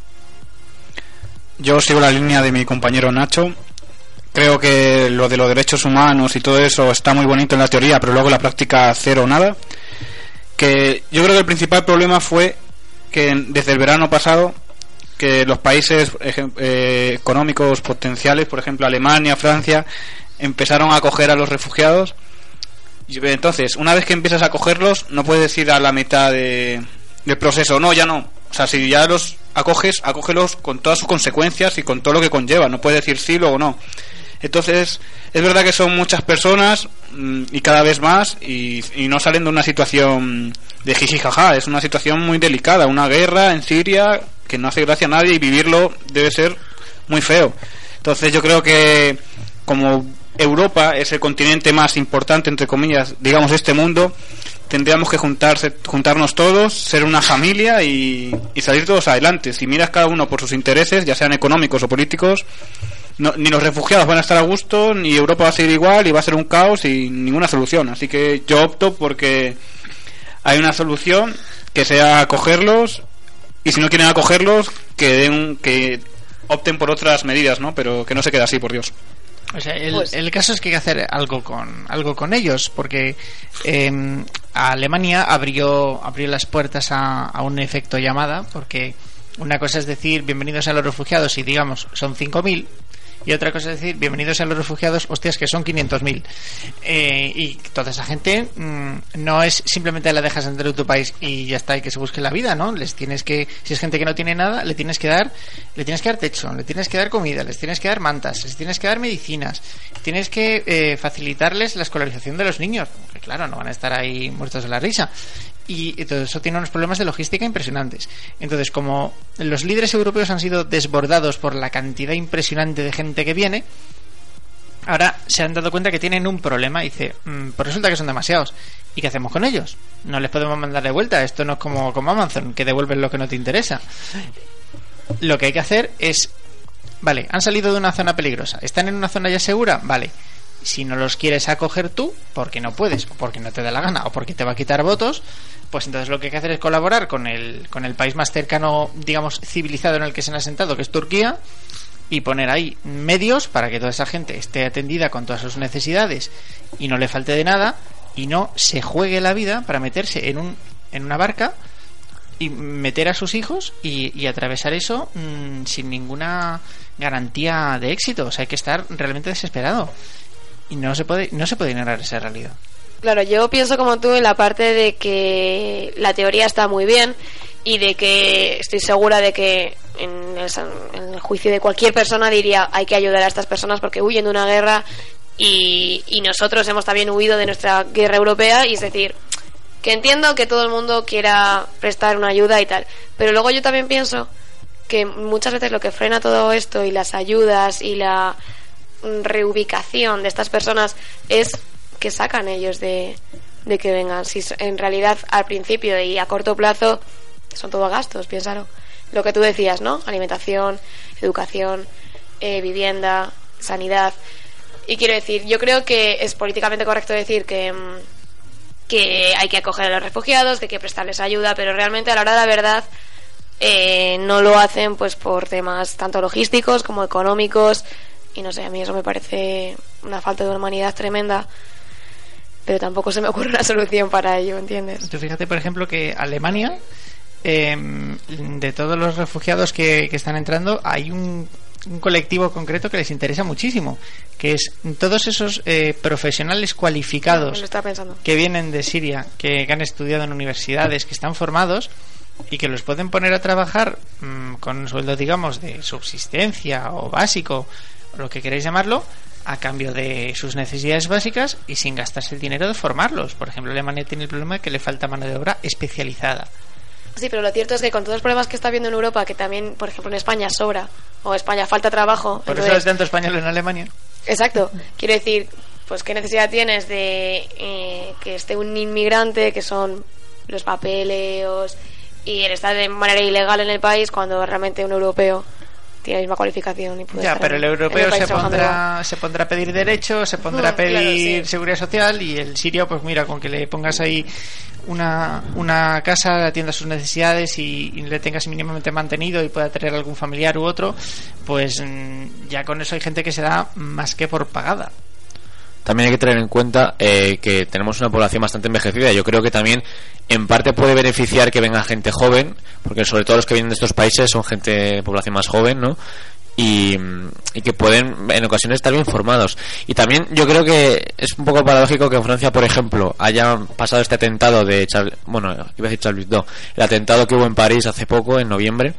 Yo sigo la línea de mi compañero Nacho. Creo que lo de los derechos humanos y todo eso está muy bonito en la teoría, pero luego en la práctica cero o nada. Que yo creo que el principal problema fue que desde el verano pasado que los países eh, económicos potenciales, por ejemplo Alemania, Francia, empezaron a acoger a los refugiados. Entonces, una vez que empiezas a cogerlos, no puedes ir a la mitad de, del proceso. No, ya no. O sea, si ya los acoges, acógelos con todas sus consecuencias y con todo lo que conlleva. No puedes decir sí, luego no. Entonces, es verdad que son muchas personas mmm, y cada vez más y, y no salen de una situación de jiji jaja. Es una situación muy delicada. Una guerra en Siria que no hace gracia a nadie y vivirlo debe ser muy feo. Entonces, yo creo que como Europa es el continente más importante, entre comillas, digamos, de este mundo, tendríamos que juntarse, juntarnos todos, ser una familia y, y salir todos adelante. Si miras cada uno por sus intereses, ya sean económicos o políticos, no, ni los refugiados van a estar a gusto, ni Europa va a seguir igual y va a ser un caos y ninguna solución. Así que yo opto porque hay una solución que sea acogerlos, y si no quieren acogerlos, que den, que opten por otras medidas, ¿no? Pero que no se quede así, por Dios. O sea, el, Pues- el caso es que hay que hacer algo con algo con ellos, porque eh, Alemania abrió abrió las puertas a, a un efecto llamada, porque una cosa es decir bienvenidos a los refugiados y digamos son cinco mil, Y otra cosa es decir, bienvenidos a los refugiados, hostias, que son quinientos mil. Eh, y toda esa gente mmm, no es simplemente la dejas entrar en tu país y ya está, y que se busque la vida, ¿no? Les tienes que, si es gente que no tiene nada, le tienes que dar, le tienes que dar techo, le tienes que dar comida, les tienes que dar mantas, les tienes que dar medicinas, tienes que eh, facilitarles la escolarización de los niños, porque claro, no van a estar ahí muertos de la risa. Y, y todo eso tiene unos problemas de logística impresionantes. Entonces, como los líderes europeos han sido desbordados por la cantidad impresionante de gente que viene, ahora se han dado cuenta que tienen un problema y dice, mmm, pues resulta que son demasiados. ¿Y qué hacemos con ellos? No les podemos mandar de vuelta. Esto no es como, como Amazon, que devuelven lo que no te interesa. Lo que hay que hacer es, vale, han salido de una zona peligrosa, ¿están en una zona ya segura? Vale. Si no los quieres acoger tú, porque no puedes, o porque no te da la gana, o porque te va a quitar votos, pues entonces lo que hay que hacer es colaborar con el, con el país más cercano, digamos, civilizado en el que se han asentado, que es Turquía, y poner ahí medios para que toda esa gente esté atendida con todas sus necesidades y no le falte de nada, y no se juegue la vida para meterse en un en una barca y meter a sus hijos y, y atravesar eso mmm, sin ninguna garantía de éxito. O sea, hay que estar realmente desesperado. Y no se puede no se puede ignorar esa realidad. Claro, yo pienso como tú en la parte de que la teoría está muy bien y de que estoy segura de que en el, en el juicio de cualquier persona diría hay que ayudar a estas personas porque huyen de una guerra y, y nosotros hemos también huido de nuestra guerra europea, y es decir, que entiendo que todo el mundo quiera prestar una ayuda y tal, pero luego yo también pienso que muchas veces lo que frena todo esto y las ayudas y la reubicación de estas personas es que sacan ellos de, de que vengan. Si en realidad al principio y a corto plazo son todo gastos, piénsalo. Lo que tú decías, ¿no? Alimentación, educación, eh, vivienda, sanidad. Y quiero decir, yo creo que es políticamente correcto decir que, que hay que acoger a los refugiados, que hay que prestarles ayuda, pero realmente a la hora de la verdad eh, no lo hacen pues por temas tanto logísticos como económicos. Y no sé, a mí eso me parece una falta de humanidad tremenda, pero tampoco se me ocurre una solución para ello, ¿entiendes? Tú fíjate, por ejemplo, que Alemania, eh, de todos los refugiados que, que están entrando, hay un, un colectivo concreto que les interesa muchísimo, que es todos esos eh, profesionales cualificados lo estaba pensando. que vienen de Siria, que, que han estudiado en universidades, que están formados y que los pueden poner a trabajar mmm, con un sueldo, digamos, de subsistencia o básico, lo que queráis llamarlo, a cambio de sus necesidades básicas y sin gastarse el dinero de formarlos. Por ejemplo, Alemania tiene el problema de que le falta mano de obra especializada. Sí, pero lo cierto es que con todos los problemas que está habiendo en Europa, que también, por ejemplo, en España sobra, o España falta trabajo... Por entonces... eso hay tanto español en Alemania. Exacto. Quiero decir, pues qué necesidad tienes de eh, que esté un inmigrante, que son los papeleos y el estar de manera ilegal en el país, cuando realmente un europeo tiene la misma cualificación y puede ya, estar pero el en, europeo en el se pondrá se pondrá a pedir derechos, se pondrá a pedir claro, sí. seguridad social, y el sirio, pues mira, con que le pongas ahí una, una casa, atienda sus necesidades y, y le tengas mínimamente mantenido y pueda tener algún familiar u otro, pues mmm, ya con eso hay gente que se da más que por pagada. También hay que tener en cuenta eh, que tenemos una población bastante envejecida. Yo creo que también en parte puede beneficiar que venga gente joven, porque sobre todo los que vienen de estos países son gente de población más joven, ¿no? Y, y que pueden en ocasiones estar bien formados. Y también yo creo que es un poco paradójico que en Francia, por ejemplo, haya pasado este atentado de Charles, bueno, iba a decir Charles Hebdo, el atentado que hubo en París hace poco, en noviembre,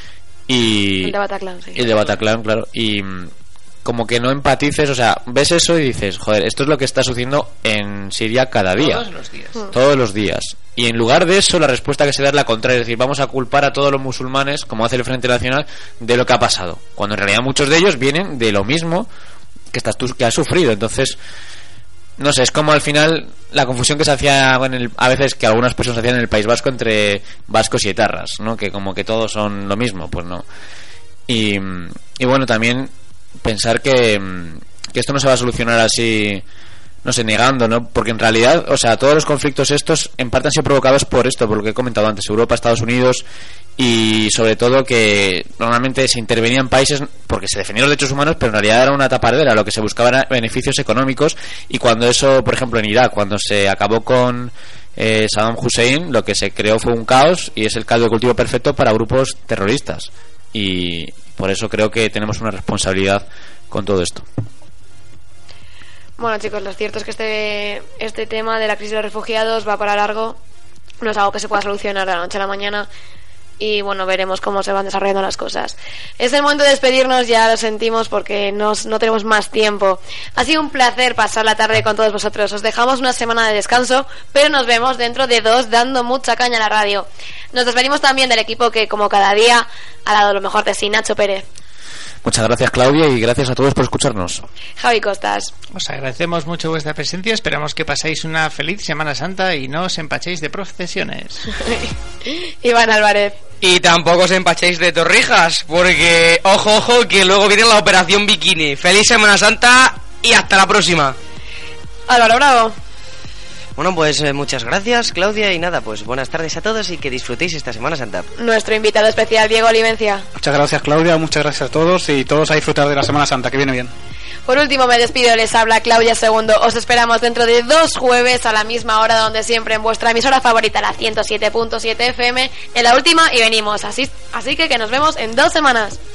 y el de Bataclan, sí. El de Bataclan, claro, y como que no empatices, o sea, ves eso y dices, joder, esto es lo que está sucediendo en Siria cada día. Todos los días. Mm. Todos los días. Y en lugar de eso, la respuesta que se da es la contraria, es decir, vamos a culpar a todos los musulmanes, como hace el Frente Nacional, de lo que ha pasado. Cuando en realidad muchos de ellos vienen de lo mismo que estás tú, que has sufrido. Entonces, no sé, es como al final la confusión que se hacía en el, a veces que algunas personas hacían en el País Vasco entre vascos y etarras, ¿no? Que como que todos son lo mismo, pues no. Y, y bueno, también pensar que, que esto no se va a solucionar así, no sé, negando, ¿no? Porque en realidad, o sea, todos los conflictos estos en parte han sido provocados por esto, por lo que he comentado antes, Europa, Estados Unidos, y sobre todo que normalmente se intervenía en países porque se defendían los derechos humanos, pero en realidad era una tapadera, lo que se buscaba era beneficios económicos. Y cuando eso, por ejemplo en Irak, cuando se acabó con eh, Saddam Hussein, lo que se creó fue un caos, y es el caldo de cultivo perfecto para grupos terroristas. Y por eso creo que tenemos una responsabilidad con todo esto. Bueno, chicos, lo cierto es que este, este tema de la crisis de los refugiados va para largo. No es algo que se pueda solucionar de la noche a la mañana. Y bueno, veremos cómo se van desarrollando las cosas. Es el momento de despedirnos, ya lo sentimos porque nos, no tenemos más tiempo. Ha sido un placer pasar la tarde con todos vosotros. Os dejamos una semana de descanso, pero nos vemos dentro de dos dando mucha caña a la radio. Nos despedimos también del equipo que, como cada día, ha dado lo mejor de sí, Nacho Pérez. Muchas gracias, Claudia, y gracias a todos por escucharnos. Javi Costas. Os agradecemos mucho vuestra presencia. Esperamos que paséis una feliz Semana Santa y no os empachéis de procesiones. Iván Álvarez. Y tampoco os empachéis de torrijas, porque, ojo, ojo, que luego viene la operación bikini. Feliz Semana Santa y hasta la próxima. Álvaro Bravo. Bueno, pues eh, muchas gracias, Claudia, y nada, pues buenas tardes a todos y que disfrutéis esta Semana Santa. Nuestro invitado especial, Diego Olivencia. Muchas gracias, Claudia, muchas gracias a todos y todos a disfrutar de la Semana Santa, que viene bien. Por último, me despido, les habla Claudia Segundo. Os esperamos dentro de dos jueves a la misma hora, donde siempre en vuestra emisora favorita, la ciento siete punto siete F M, en La Última y Venimos. Así, así que que nos vemos en dos semanas.